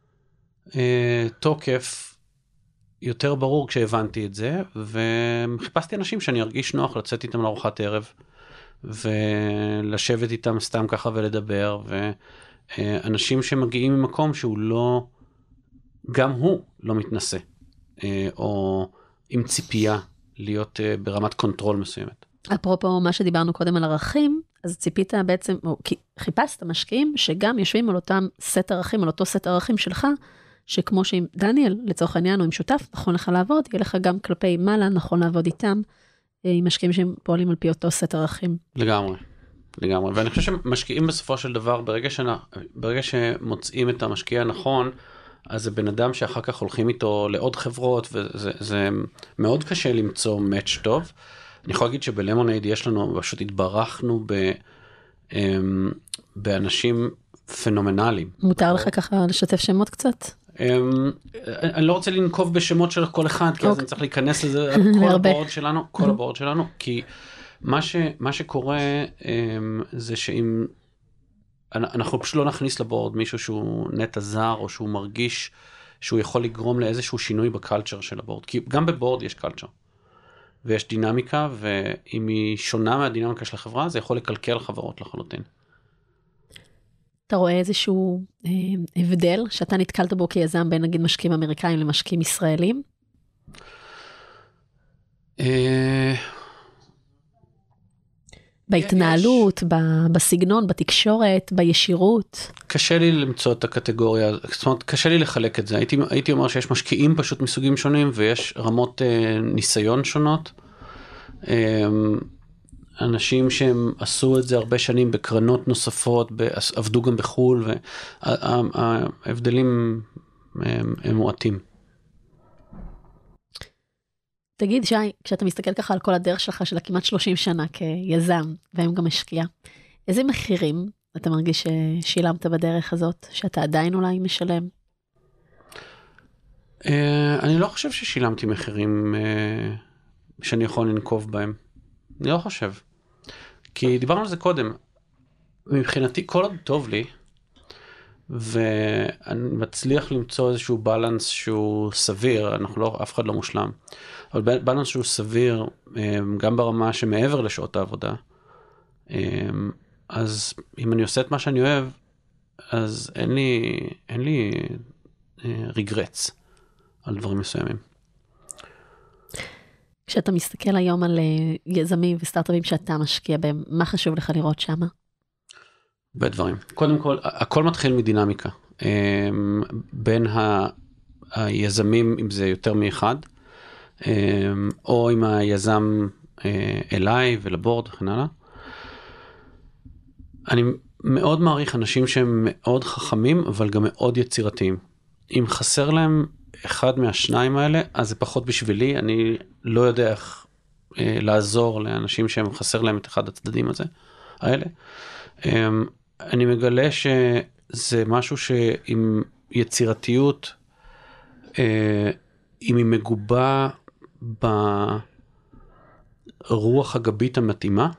תוקף יותר ברור כשהבנתי את זה, וחיפשתי אנשים שאני ארגיש נוח לצאת איתם לארוחת ערב, ולשבת איתם סתם ככה ולדבר, ו... אנשים שמגיעים ממקום שהוא לא, גם הוא לא מתנסה, או עם ציפייה להיות ברמת קונטרול מסוימת. אפרופו מה שדיברנו קודם על ערכים, אז ציפית בעצם, או חיפשת משקיעים שגם יושבים על אותם סט ערכים, על אותו סט ערכים שלך, שכמו שעם דניאל, לצורך העניין, או עם שותף, נכון לך לעבוד, יהיה לך גם כלפי מעלה, נכון לעבוד איתם, עם משקיעים שהם פועלים על פי אותו סט ערכים. לגמרי. לגמרי, ואני חושב שמשקיעים בסופו של דבר, ברגע, שנה, ברגע שמוצאים את המשקיע הנכון, אז זה בן אדם שאחר כך הולכים איתו לעוד חברות, וזה זה מאוד קשה למצוא מאץ' טוב. אני יכול להגיד שבלמונייד יש לנו, פשוט התברכנו ב, באנשים פנומנליים. מותר לך ככה לשתף שמות קצת? אני לא רוצה לנקוב בשמות של כל אחד, כי אז אני צריך להיכנס לזה, כל הבורד שלנו, כל הבורד שלנו, כי מה ש, מה שקורה זה שאם אנחנו פשוט לא נכניס לבורד מישהו שהוא נטע זר, או שהוא מרגיש שהוא יכול לגרום לאיזשהו שינוי בקלצ'ר של הבורד, כי גם בבורד יש קלצ'ר, ויש דינמיקה, ואם היא שונה מהדינמיקה של החברה, זה יכול לקלקל חברות לחלוטין. אתה רואה איזשהו אה, הבדל שאתה נתקלת בו כיזם בין נגיד משקיעים אמריקאים למשקיעים ישראלים? אה... בהתנהלות, יש... בסגנון, בתקשורת, בישירות. קשה לי למצוא את הקטגוריה, זאת אומרת, קשה לי לחלק את זה. הייתי, הייתי אומר שיש משקיעים פשוט מסוגים שונים, ויש רמות אה, ניסיון שונות. אה, אנשים שהם עשו את זה הרבה שנים בקרנות נוספות, עבדו גם בחול, וההבדלים הם, הם מועטים. תגיד, שי, כשאתה מסתכל ככה על כל הדרך שלך, של כמעט שלושים שנה כיזם, והם גם משקיע, איזה מחירים אתה מרגיש ששילמת בדרך הזאת, שאתה עדיין אולי משלם? אני לא חושב ששילמתי מחירים שאני יכול לנקוב בהם. אני לא חושב. כי דיברנו על זה קודם. מבחינתי, כל עוד טוב לי, ואני מצליח למצוא איזשהו בלנס שהוא סביר, אנחנו לא, אף אחד לא מושלם, אבל בלנס שהוא סביר, גם ברמה שמעבר לשעות העבודה, אז אם אני עושה את מה שאני אוהב, אז אין לי, אין לי רגרץ על דברים מסוימים. כשאתה מסתכל היום על יזמים וסטארט-אפים שאתה משקיע בהם, מה חשוב לך לראות שמה? בדברים. קודם כל, הכל מתחיל מדינמיקה. בין ה... היזמים, אם זה יותר מאחד, או עם היזם אליי ולבורד וכן הלאה. אני מאוד מעריך אנשים שהם מאוד חכמים, אבל גם מאוד יצירתיים. אם חסר להם אחד מהשניים האלה, אז זה פחות בשבילי. אני לא יודע איך לעזור לאנשים שהם חסר להם את אחד הצדדים הזה, האלה. אני מגלה שזה משהו שעם יצירתיות, אם היא מגובה ברוח הגבית המתאימה,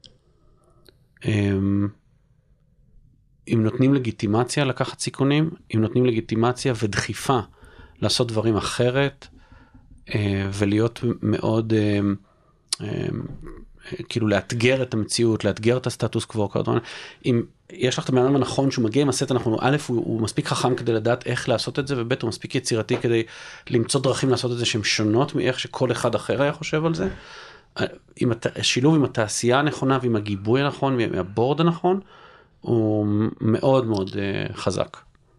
אם נותנים לגיטימציה לקחת סיכונים, אם נותנים לגיטימציה ודחיפה לעשות דברים אחרת, ולהיות מאוד, כאילו לאתגר את המציאות, לאתגר את הסטטוס קוו, אם יש לך את המאמן הנכון שהוא מגיע עם הסט, אנחנו, א', הוא, הוא מספיק חכם כדי לדעת איך לעשות את זה, וב', הוא מספיק יצירתי כדי למצוא דרכים לעשות את זה שהן שונות מאיך שכל אחד אחר היה חושב על זה. עם השילוב עם התעשייה הנכונה ועם הגיבוי הנכון, מהבורד הנכון, הוא מאוד מאוד uh, חזק.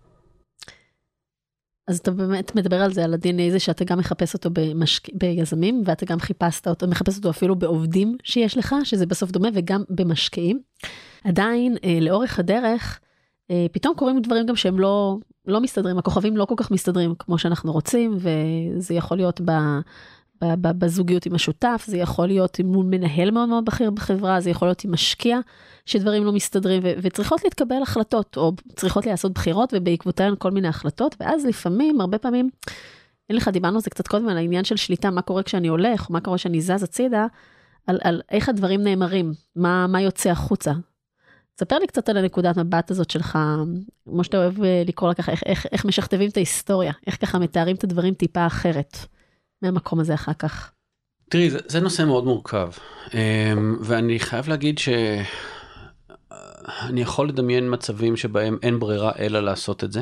אז אתה באמת מדבר על זה, על ה-די אן איי זה שאתה גם מחפש אותו במשק... ביזמים, ואתה גם חיפשת אותו, מחפש אותו אפילו בעובדים שיש לך, שזה בסוף דומה, וגם במשקיעים. עדיין, אה, לאורך הדרך, אה, פתאום קורים דברים גם שהם לא, לא מסתדרים, הכוכבים לא כל כך מסתדרים כמו שאנחנו רוצים, וזה יכול להיות ב... בזוגיות עם השותף, זה יכול להיות עם מנהל מאוד מאוד בכיר בחברה, זה יכול להיות עם משקיע, שדברים לא מסתדרים, ו- וצריכות להתקבל החלטות, או צריכות לעשות בחירות, ובעקבותיהן כל מיני החלטות, ואז לפעמים, הרבה פעמים, אין לך, דיברנו על זה קצת קודם, על העניין של שליטה, מה קורה כשאני הולך, או מה קורה כשאני זז הצידה, על, על איך הדברים נאמרים, מה, מה יוצא החוצה. תספר לי קצת על הנקודת מבט הזאת שלך, כמו שאתה אוהב לקרוא לכך, איך, איך, איך משכתבים את ההיסטוריה, איך ככה מתארים את הדברים טיפה אחרת. מהמקום הזה אחר כך. תראי, זה, זה נושא מאוד מורכב, ואני חייב להגיד שאני יכול לדמיין מצבים שבהם אין ברירה אלא לעשות את זה.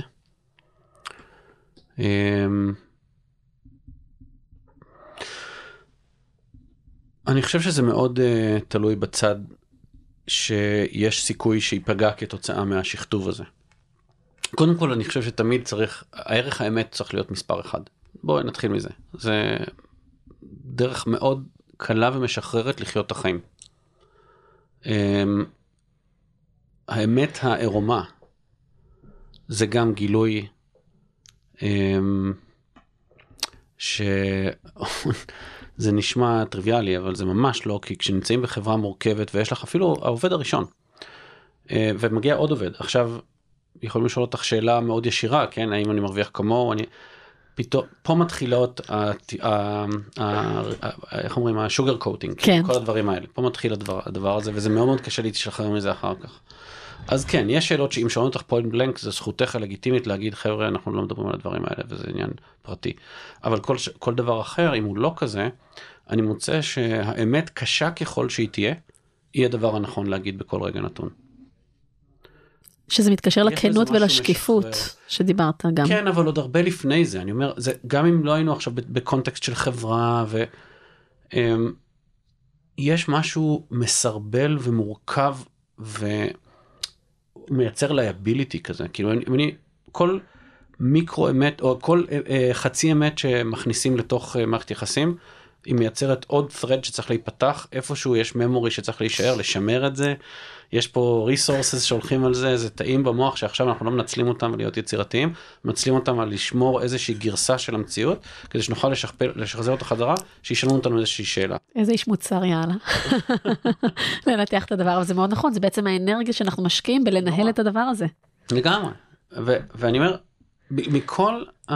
אני חושב שזה מאוד תלוי בצד שיש סיכוי שיפגע כתוצאה מהשכתוב הזה. קודם כל, אני חושב שתמיד צריך, הערך האמת צריך להיות מספר אחד. בואי נתחיל מזה. זה דרך מאוד קלה ומשחררת לחיות את החיים. האמת העירומה זה גם גילוי שזה נשמע טריוויאלי, אבל זה ממש לא, כי כשנמצאים בחברה מורכבת ויש לך אפילו העובד הראשון, ומגיע עוד עובד, עכשיו יכולים לשאול אותך שאלה מאוד ישירה, כן? האם אני מרוויח כמוהו, אני... פתאום, פה מתחילות, איך אומרים, השוגר קוטינג, כל הדברים האלה, פה מתחיל הדבר הזה, וזה מאוד מאוד קשה להתשחרר מזה אחר כך. אז כן, יש שאלות שאם שואלים אותך פוינט בלנק, זה זכותך הלגיטימית להגיד, חבר'ה, אנחנו לא מדברים על הדברים האלה, וזה עניין פרטי. אבל כל, כל דבר אחר, אם הוא לא כזה, אני מוצא שהאמת קשה ככל שהיא תהיה, היא הדבר הנכון להגיד בכל רגע נתון. שזה מתקשר לכנות ולשקיפות שדיברת גם. כן, אבל עוד הרבה לפני זה, אני אומר, זה, גם אם לא היינו עכשיו בקונטקסט של חברה, ויש משהו מסרבל ומורכב, ומייצר לייביליטי כזה, כאילו, אני, כל מיקרו אמת, או כל חצי אמת שמכניסים לתוך מערכת יחסים, היא מייצרת עוד thread שצריך להיפתח, איפשהו יש memory שצריך להישאר, לשמר את זה, יש פה resources שהולכים על זה, זה טעים במוח שעכשיו אנחנו לא מנצלים אותם להיות יצירתיים, מנצלים אותם על לשמור איזושהי גרסה של המציאות, כדי שנוכל לשכפל, לשחזר אותה חזרה, שישאלו אותנו איזושהי שאלה. איזה איש מוצר, יאללה. לנתח את הדבר הזה, זה מאוד נכון, זה בעצם האנרגיה שאנחנו משקיעים בלנהל את הדבר הזה. לגמרי, ו- ואני אומר, מכל ה...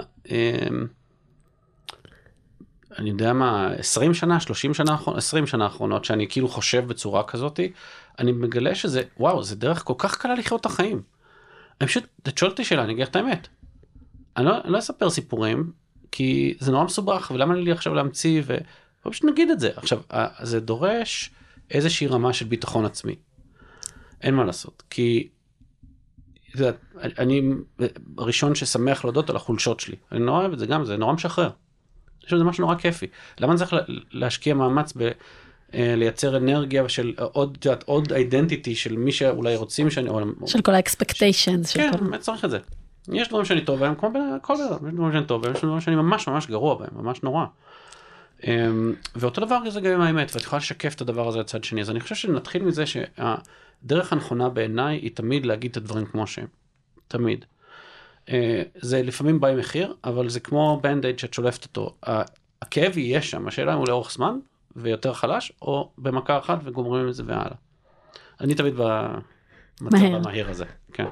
אני יודע מה, עשרים שנה, שלושים שנה, עשרים שנה האחרונות, שאני כאילו חושב בצורה כזאת, אני מגלה שזה, וואו, זה דרך כל כך קלה לחיות את החיים. אני פשוט, את שואלת אותי שאלה, אני אגיד את האמת. אני לא, אני לא אספר סיפורים, כי זה נורא מסובך, ולמה לי עכשיו להמציא, ופשוט נגיד את זה. עכשיו, זה דורש איזושהי רמה של ביטחון עצמי. אין מה לעשות, כי זה, אני הראשון ששמח להודות על החולשות שלי. אני נורא אוהב את זה גם, זה נורא משחרר. זה משהו נורא כיפי. למה אני צריך להשקיע מאמץ לייצר אנרגיה של עוד, את יודעת, עוד אידנטיטי של מי שאולי רוצים שאני... של כל האקספקטיישנס. כן, באמת צריך את זה. יש דברים שאני טוב בהם, כמו כל בן, יש דברים שאני טוב בהם, יש דברים שאני ממש ממש גרוע בהם, ממש נורא. ואותו דבר זה גם עם האמת, ואת יכולה לשקף את הדבר הזה לצד שני. אז אני חושב שנתחיל מזה שהדרך הנכונה בעיניי היא תמיד להגיד את הדברים כמו שהם. תמיד. זה לפעמים בא עם מחיר, אבל זה כמו בנד-אייד שאת שולפת אותו. הכאב יהיה שם, השאלה אם הוא לאורך זמן ויותר חלש, או במכה אחת וגומרים את זה והלאה. אני תמיד במצב המהיר הזה. כן.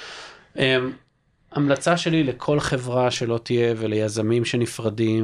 המלצה שלי לכל חברה שלא תהיה, וליזמים שנפרדים,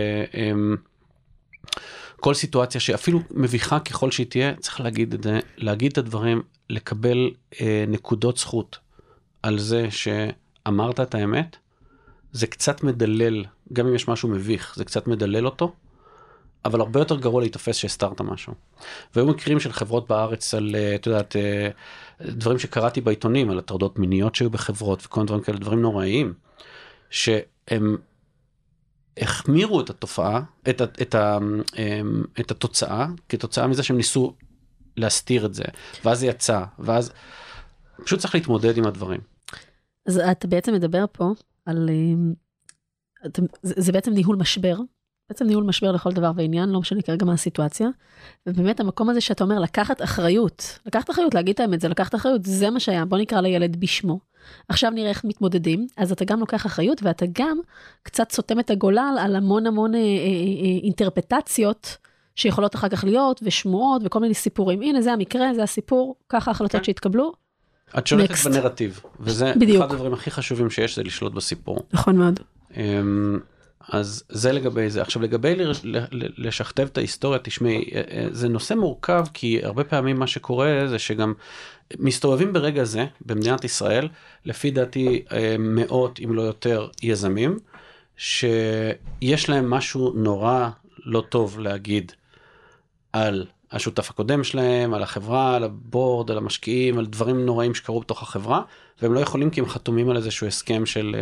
וכל סיטואציה שאפילו מביכה ככל שהיא תהיה, צריך להגיד את זה, להגיד את הדברים, לקבל נקודות זכות על זה שאמרת את האמת, זה קצת מדלל, גם אם יש משהו מביך, זה קצת מדלל אותו, אבל הרבה יותר גרוע להתאפס שהסתרת משהו. והיו מקרים של חברות בארץ על, את יודעת, דברים שקראתי בעיתונים, על הטרדות מיניות שהיו בחברות, וכל דברים כאלה, דברים נוראיים, שהם החמירו את התופעה, את, את, את, את התוצאה, כתוצאה מזה שהם ניסו להסתיר את זה, ואז זה יצא, ואז פשוט צריך להתמודד עם הדברים. אז אתה בעצם מדבר פה על, זה, זה בעצם ניהול משבר, בעצם ניהול משבר לכל דבר ועניין, לא משנה כרגע מה הסיטואציה, ובאמת המקום הזה שאתה אומר, לקחת אחריות, לקחת אחריות, להגיד את האמת, זה לקחת אחריות, זה מה שהיה, בוא נקרא לילד בשמו, עכשיו נראה איך מתמודדים, אז אתה גם לוקח אחריות, ואתה גם קצת סותם את הגולל על המון המון אה, אה, אה, אינטרפטציות, שיכולות אחר כך להיות, ושמועות, וכל מיני סיפורים, הנה זה המקרה, זה הסיפור, ככה החלטות okay. שהתקבלו, את שולטת בנרטיב, וזה בדיוק. אחד הדברים הכי חשובים שיש, זה לשלוט בסיפור. נכון מאוד. אז זה לגבי זה. עכשיו, לגבי לשכתב את ההיסטוריה, תשמעי, זה נושא מורכב, כי הרבה פעמים מה שקורה זה שגם מסתובבים ברגע זה, במדינת ישראל, לפי דעתי מאות, אם לא יותר, יזמים, שיש להם משהו נורא לא טוב להגיד על השותף הקודם שלהם, על החברה, על הבורד, על המשקיעים, על דברים נוראים שקרו בתוך החברה, והם לא יכולים כי הם חתומים על איזשהו הסכם של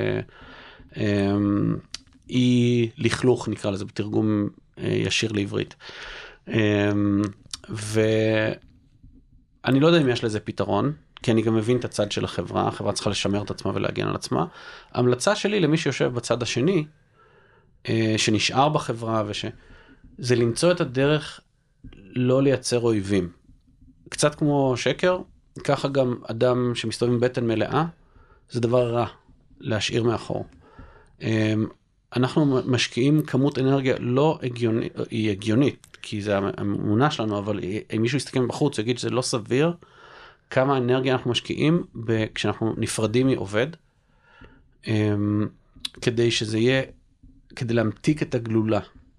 אי לכלוך, נקרא לזה, בתרגום ישיר לעברית. ואני לא יודע אם יש לזה פתרון, כי אני גם מבין את הצד של החברה, החברה צריכה לשמר את עצמה ולהגן על עצמה. ההמלצה שלי למי שיושב בצד השני, שנשאר בחברה, וש... זה למצוא את הדרך לא לייצר אויבים. קצת כמו שקר, ככה גם אדם שמסתובב עם בטן מלאה, זה דבר רע להשאיר מאחור. אנחנו משקיעים כמות אנרגיה לא הגיונית, היא הגיונית, כי זה האמונה שלנו, אבל אם מישהו יסתכל בחוץ, יגיד שזה לא סביר, כמה אנרגיה אנחנו משקיעים כשאנחנו נפרדים מעובד, כדי שזה יהיה, כדי להמתיק את הגלולה.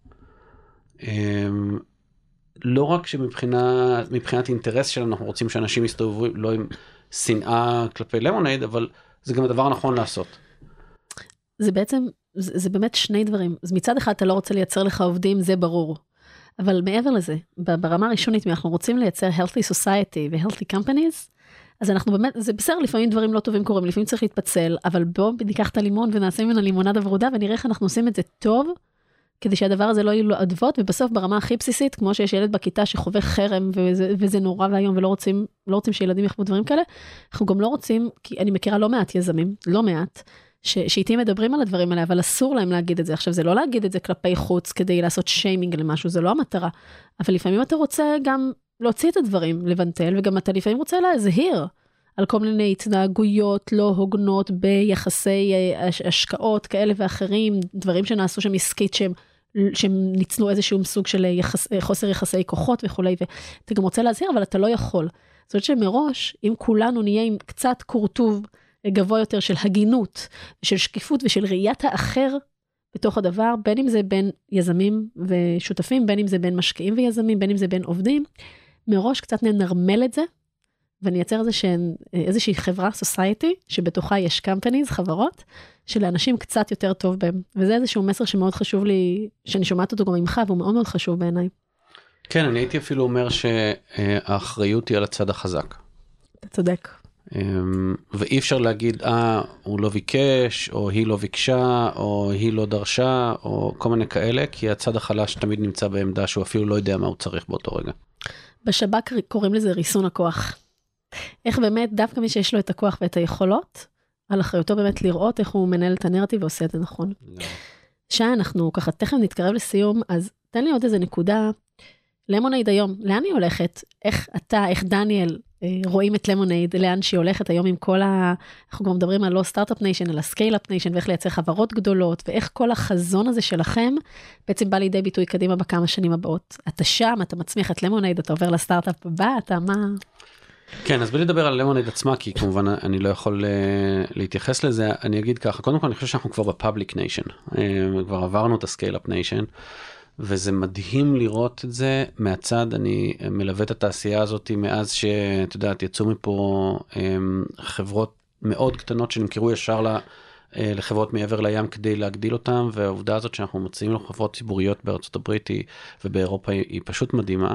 לא רק שמבחינת מבחינת אינטרס שלנו, אנחנו רוצים שאנשים יסתובבו לא עם שנאה כלפי למונייד, אבל זה גם הדבר הנכון לעשות. זה בעצם, זה, זה באמת שני דברים. אז מצד אחד אתה לא רוצה לייצר לך עובדים, זה ברור. אבל מעבר לזה, ברמה הראשונית, אנחנו רוצים לייצר healthy society ו-healthy companies, אז אנחנו באמת, זה בסדר, לפעמים דברים לא טובים קורים, לפעמים צריך להתפצל, אבל בואו ניקח את הלימון ונעשה ממנה לימונדה ורודה, ונראה איך אנחנו עושים את זה טוב, כדי שהדבר הזה לא יהיו לו עדבות, ובסוף ברמה הכי בסיסית, כמו שיש ילד בכיתה שחווה חרם, וזה, וזה נורא והיום, ולא רוצים, לא רוצים שילדים יחוו דברים כאלה, אנחנו גם לא רוצים, כי אני מכירה לא מעט יזמים, לא מעט, שאיתי מדברים על הדברים האלה, אבל אסור להם להגיד את זה. עכשיו, זה לא להגיד את זה כלפי חוץ, כדי לעשות שיימינג למשהו, זה לא המטרה. אבל לפעמים אתה רוצה גם להוציא את הדברים, לבנטל, וגם אתה לפעמים רוצה להזהיר על כל מיני התנהגויות לא הוגנות ביחסי השקעות כאלה ואחרים, דברים שנעשו שם עסקית שהם, שהם ניצלו איזשהו סוג של יחס, חוסר יחסי כוחות וכו', ואתה גם רוצה להזהיר, אבל אתה לא יכול. זאת אומרת שמראש, אם כולנו נהיה עם קצת קורטוב גבוה יותר של הגינות, של שקיפות ושל ראיית האחר בתוך הדבר, בין אם זה בין יזמים ושותפים, בין אם זה בין משקיעים ויזמים, בין אם זה בין עובדים, מראש קצת ננרמל את זה, ונייצר איזושהי חברה, society, שבתוכה יש companies, חברות, שלאנשים קצת יותר טוב בהם. וזה איזשהו מסר שמאוד חשוב לי, שאני שומעת אותו גם ממך, והוא מאוד מאוד חשוב בעיניי. כן, אני הייתי אפילו אומר שהאחריות היא על הצד החזק. אתה צודק. ואי אפשר להגיד, אה, הוא לא ביקש, או היא לא ביקשה, או היא לא דרשה, או כל מיני כאלה, כי הצד החלש תמיד נמצא בעמדה שהוא אפילו לא יודע מה הוא צריך באותו רגע. בשב"כ קוראים לזה ריסון הכוח. איך באמת דווקא מי שיש לו את הכוח ואת היכולות, על אחריותו באמת לראות איך הוא מנהל את הנרטיב ועושה את זה נכון. שי, אנחנו ככה תכף נתקרב לסיום, אז תן לי עוד איזה נקודה, למונייד היום, לאן היא הולכת? איך אתה, איך דניאל, רואים את למונייד, לאן שהיא הולכת היום עם כל ה... אנחנו כבר מדברים על לא סטארט-אפ ניישן, אלא סקייל-אפ ניישן, ואיך לייצר חברות גדולות, ואיך כל החזון הזה שלכם, בעצם בא לידי ביטוי קדימה בכמה שנים הבאות. אתה שם, אתה מצמיח את למונייד, אתה עובר לסטארט-אפ הבא, אתה מה... כן, אז בלי לדבר על למונייד עצמה, כי כמובן אני לא יכול להתייחס לזה, אני אגיד ככה, קודם כל אני חושב שאנחנו כבר בפאבליק ניישן, כבר עברנו את הסקייל-אפ ניישן, וזה מדהים לראות את זה מהצד. אני מלווה את התעשייה הזאת מאז שאת יודעת, יצאו מפה חברות מאוד קטנות שנמכרו ישר לחברות מעבר לים כדי להגדיל אותם, והעובדה הזאת שאנחנו מציעים לחברות ציבוריות בארצות הברית ובאירופה היא פשוט מדהימה.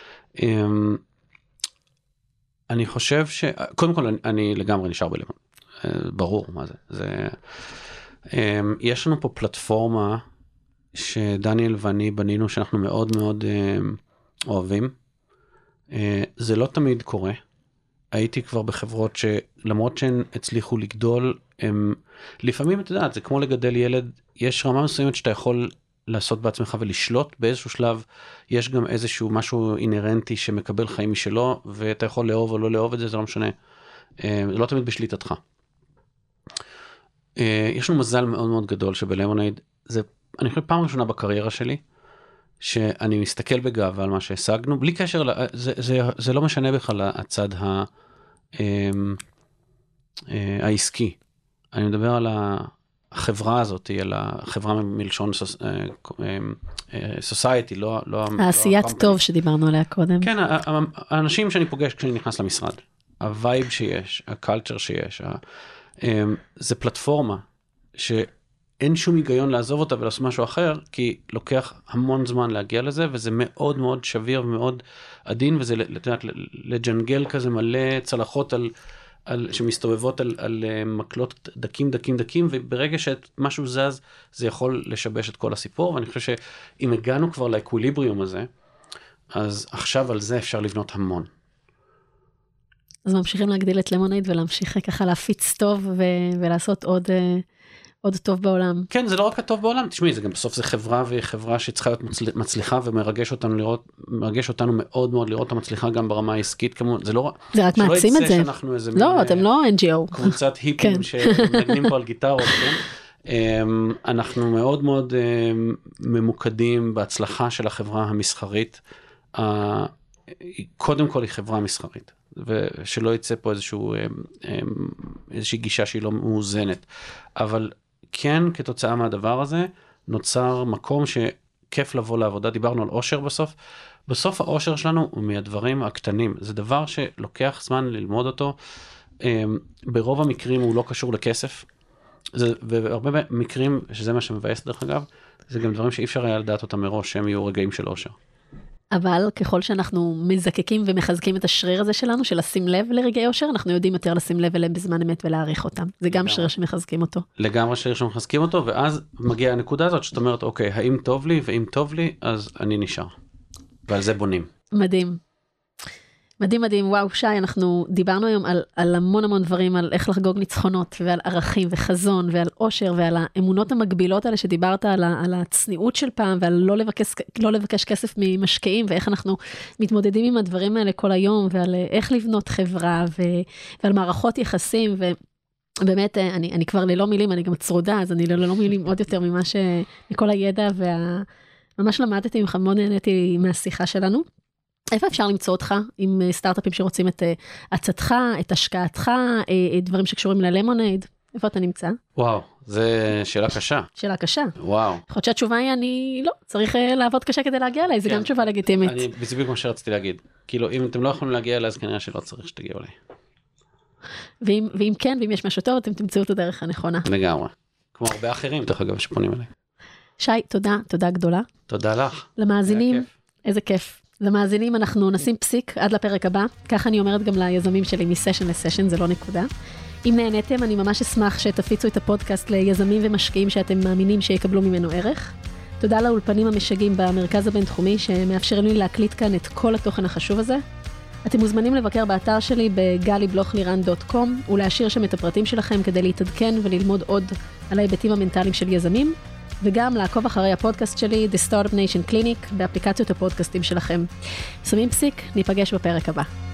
אני חושב ש... קודם כל אני, אני לגמרי נשאר בלמון. ברור מה זה. זה... יש לנו פה פלטפורמה שדניאל ואני בנינו שאנחנו מאוד מאוד אה, אוהבים. אה, זה לא תמיד קורה. הייתי כבר בחברות שלמרות שהן הצליחו לגדול, הם לפעמים, אתה יודעת, זה כמו לגדל ילד, יש רמה מסוימת שאתה יכול לעשות בעצמך ולשלוט, באיזשהו שלב יש גם איזשהו משהו אינרנטי שמקבל חיים משלו, ואתה יכול לאהוב או לא לאהוב את זה, זה לא משנה. אה, זה לא תמיד בשליטתך. אה, יש לנו מזל מאוד מאוד גדול שבלמונייד, זה אני חושב פעם ראשונה בקריירה שלי, שאני מסתכל בגאווה על מה שהשגנו, בלי קשר, זה, זה, זה לא משנה בכלל הצד ה, העסקי. אני מדבר על החברה הזאת, על החברה מלשון סוסייטי, לא... העשיית טוב שדיברנו עליה קודם. כן, האנשים שאני פוגש כשאני נכנס למשרד, הווייב שיש, הקלצ'ר שיש, זה פלטפורמה ש... אין שום היגיון לעזוב אותה ולעשות משהו אחר, כי לוקח המון זמן להגיע לזה, וזה מאוד מאוד שביר ומאוד עדין, וזה לתת, לג'נגל כזה מלא צלחות על, על, שמסתובבות על, על מקלות דקים דקים דקים, וברגע שמשהו זז, זה יכול לשבש את כל הסיפור, ואני חושב שאם הגענו כבר לאקוויליבריום הזה, אז עכשיו על זה אפשר לבנות המון. אז ממשיכים להגדיל את למונייד, ולהמשיך ככה להפיץ טוב, ו- ולעשות עוד... עוד טוב בעולם. כן, זה לא רק הטוב בעולם, תשמעי, זה גם בסוף זה חברה, והיא חברה שצריכה להיות מצליחה, ומרגש אותנו לראות, מרגש אותנו מאוד מאוד לראות את המצליחה גם ברמה העסקית, כמו, זה לא, זה רק מעצים את זה. לא, אתם לא אן ג'י או. קבוצת היפים שמנגנים פה על גיטרות, כן? אנחנו מאוד מאוד ממוקדים בהצלחה של החברה המסחרית, קודם כל היא חברה מסחרית. ושלא יצא פה איזשהו, איזושהי גישה שהיא לא מאוזנת. אבל כן, כתוצאה מהדבר הזה, נוצר מקום שכיף לבוא לעבודה. דיברנו על אושר בסוף. בסוף האושר שלנו הוא מהדברים הקטנים. זה דבר שלוקח זמן ללמוד אותו. ברוב המקרים הוא לא קשור לכסף. זה, ובהרבה מקרים, שזה מה שמבאס דרך אגב, זה גם דברים שאי אפשר היה לדעת אותם מראש, שהם יהיו רגעים של אושר. אבל ככל שאנחנו מזקקים ומחזקים את השריר הזה שלנו, של לשים לב לרגעי אושר, אנחנו יודעים יותר לשים לב אליהם בזמן אמת ולהעריך אותם. זה גם שריר שמחזקים אותו. לגמרי שריר שמחזקים אותו, ואז מגיעה הנקודה הזאת, שאת אומרת, אוקיי, האם טוב לי, ואם טוב לי, אז אני נשאר. ועל זה בונים. מדהים. מדהים, מדהים. וואו, שי, אנחנו דיברנו היום על, על המון המון דברים, על איך לחגוג ניצחונות, ועל ערכים וחזון, ועל אושר, ועל האמונות המקבילות האלה שדיברת, על, ה, על הצניעות של פעם, ועל לא לבקש, לא לבקש כסף ממשקיעים, ואיך אנחנו מתמודדים עם הדברים האלה כל היום, ועל איך לבנות חברה, ו, ועל מערכות יחסים, ובאמת, אני, אני כבר ללא מילים, אני גם צרודה, אז אני ללא מילים עוד יותר ממה ש... מכל הידע, וממש למדתי ממך, מאוד נהניתי מהשיחה שלנו. איפה אפשר למצוא אותך עם סטארט-אפים שרוצים את עצתך, את השקעתך, דברים שקשורים ללמונייד? איפה אתה נמצא? וואו, זה שאלה קשה. שאלה קשה. וואו. יכול להיות שהתשובה היא, אני לא, צריך לעבוד קשה כדי להגיע אליי, זה גם תשובה לגיטימית. אני בדיוק מה שרציתי להגיד. כאילו, אם אתם לא יכולים להגיע אליי, אז כנראה שלא צריך שתגיעו אליי. ואם, ואם כן, ואם יש משהו טוב, אתם תמצאו את הדרך הנכונה. לגמרי. כמו הרבה אחרים, דרך אגב, שפונים אליי. שי, תודה, תודה גדולה. תודה לך. למאזינים, איזה כיף. למאזינים אנחנו נשים פסיק עד לפרק הבא, ככה אני אומרת גם ליזמים שלי מסשן לסשן, זה לא נקודה. אם נהניתם, אני ממש אשמח שתפיצו את הפודקאסט ליזמים ומשקיעים שאתם מאמינים שיקבלו ממנו ערך. תודה לאולפנים המשגעים במרכז הבינתחומי שמאפשרים לי להקליט כאן את כל התוכן החשוב הזה. אתם מוזמנים לבקר באתר שלי בגלי בלוך לירן דוט קום ולהשאיר שם את הפרטים שלכם כדי להתעדכן וללמוד עוד על ההיבטים המנטליים של יזמים, וגם לעקוב אחרי הפודקאסט שלי The Startup Nation Clinic באפליקציות הפודקאסטים שלכם. שמים פסיק, ניפגש בפרק הבא.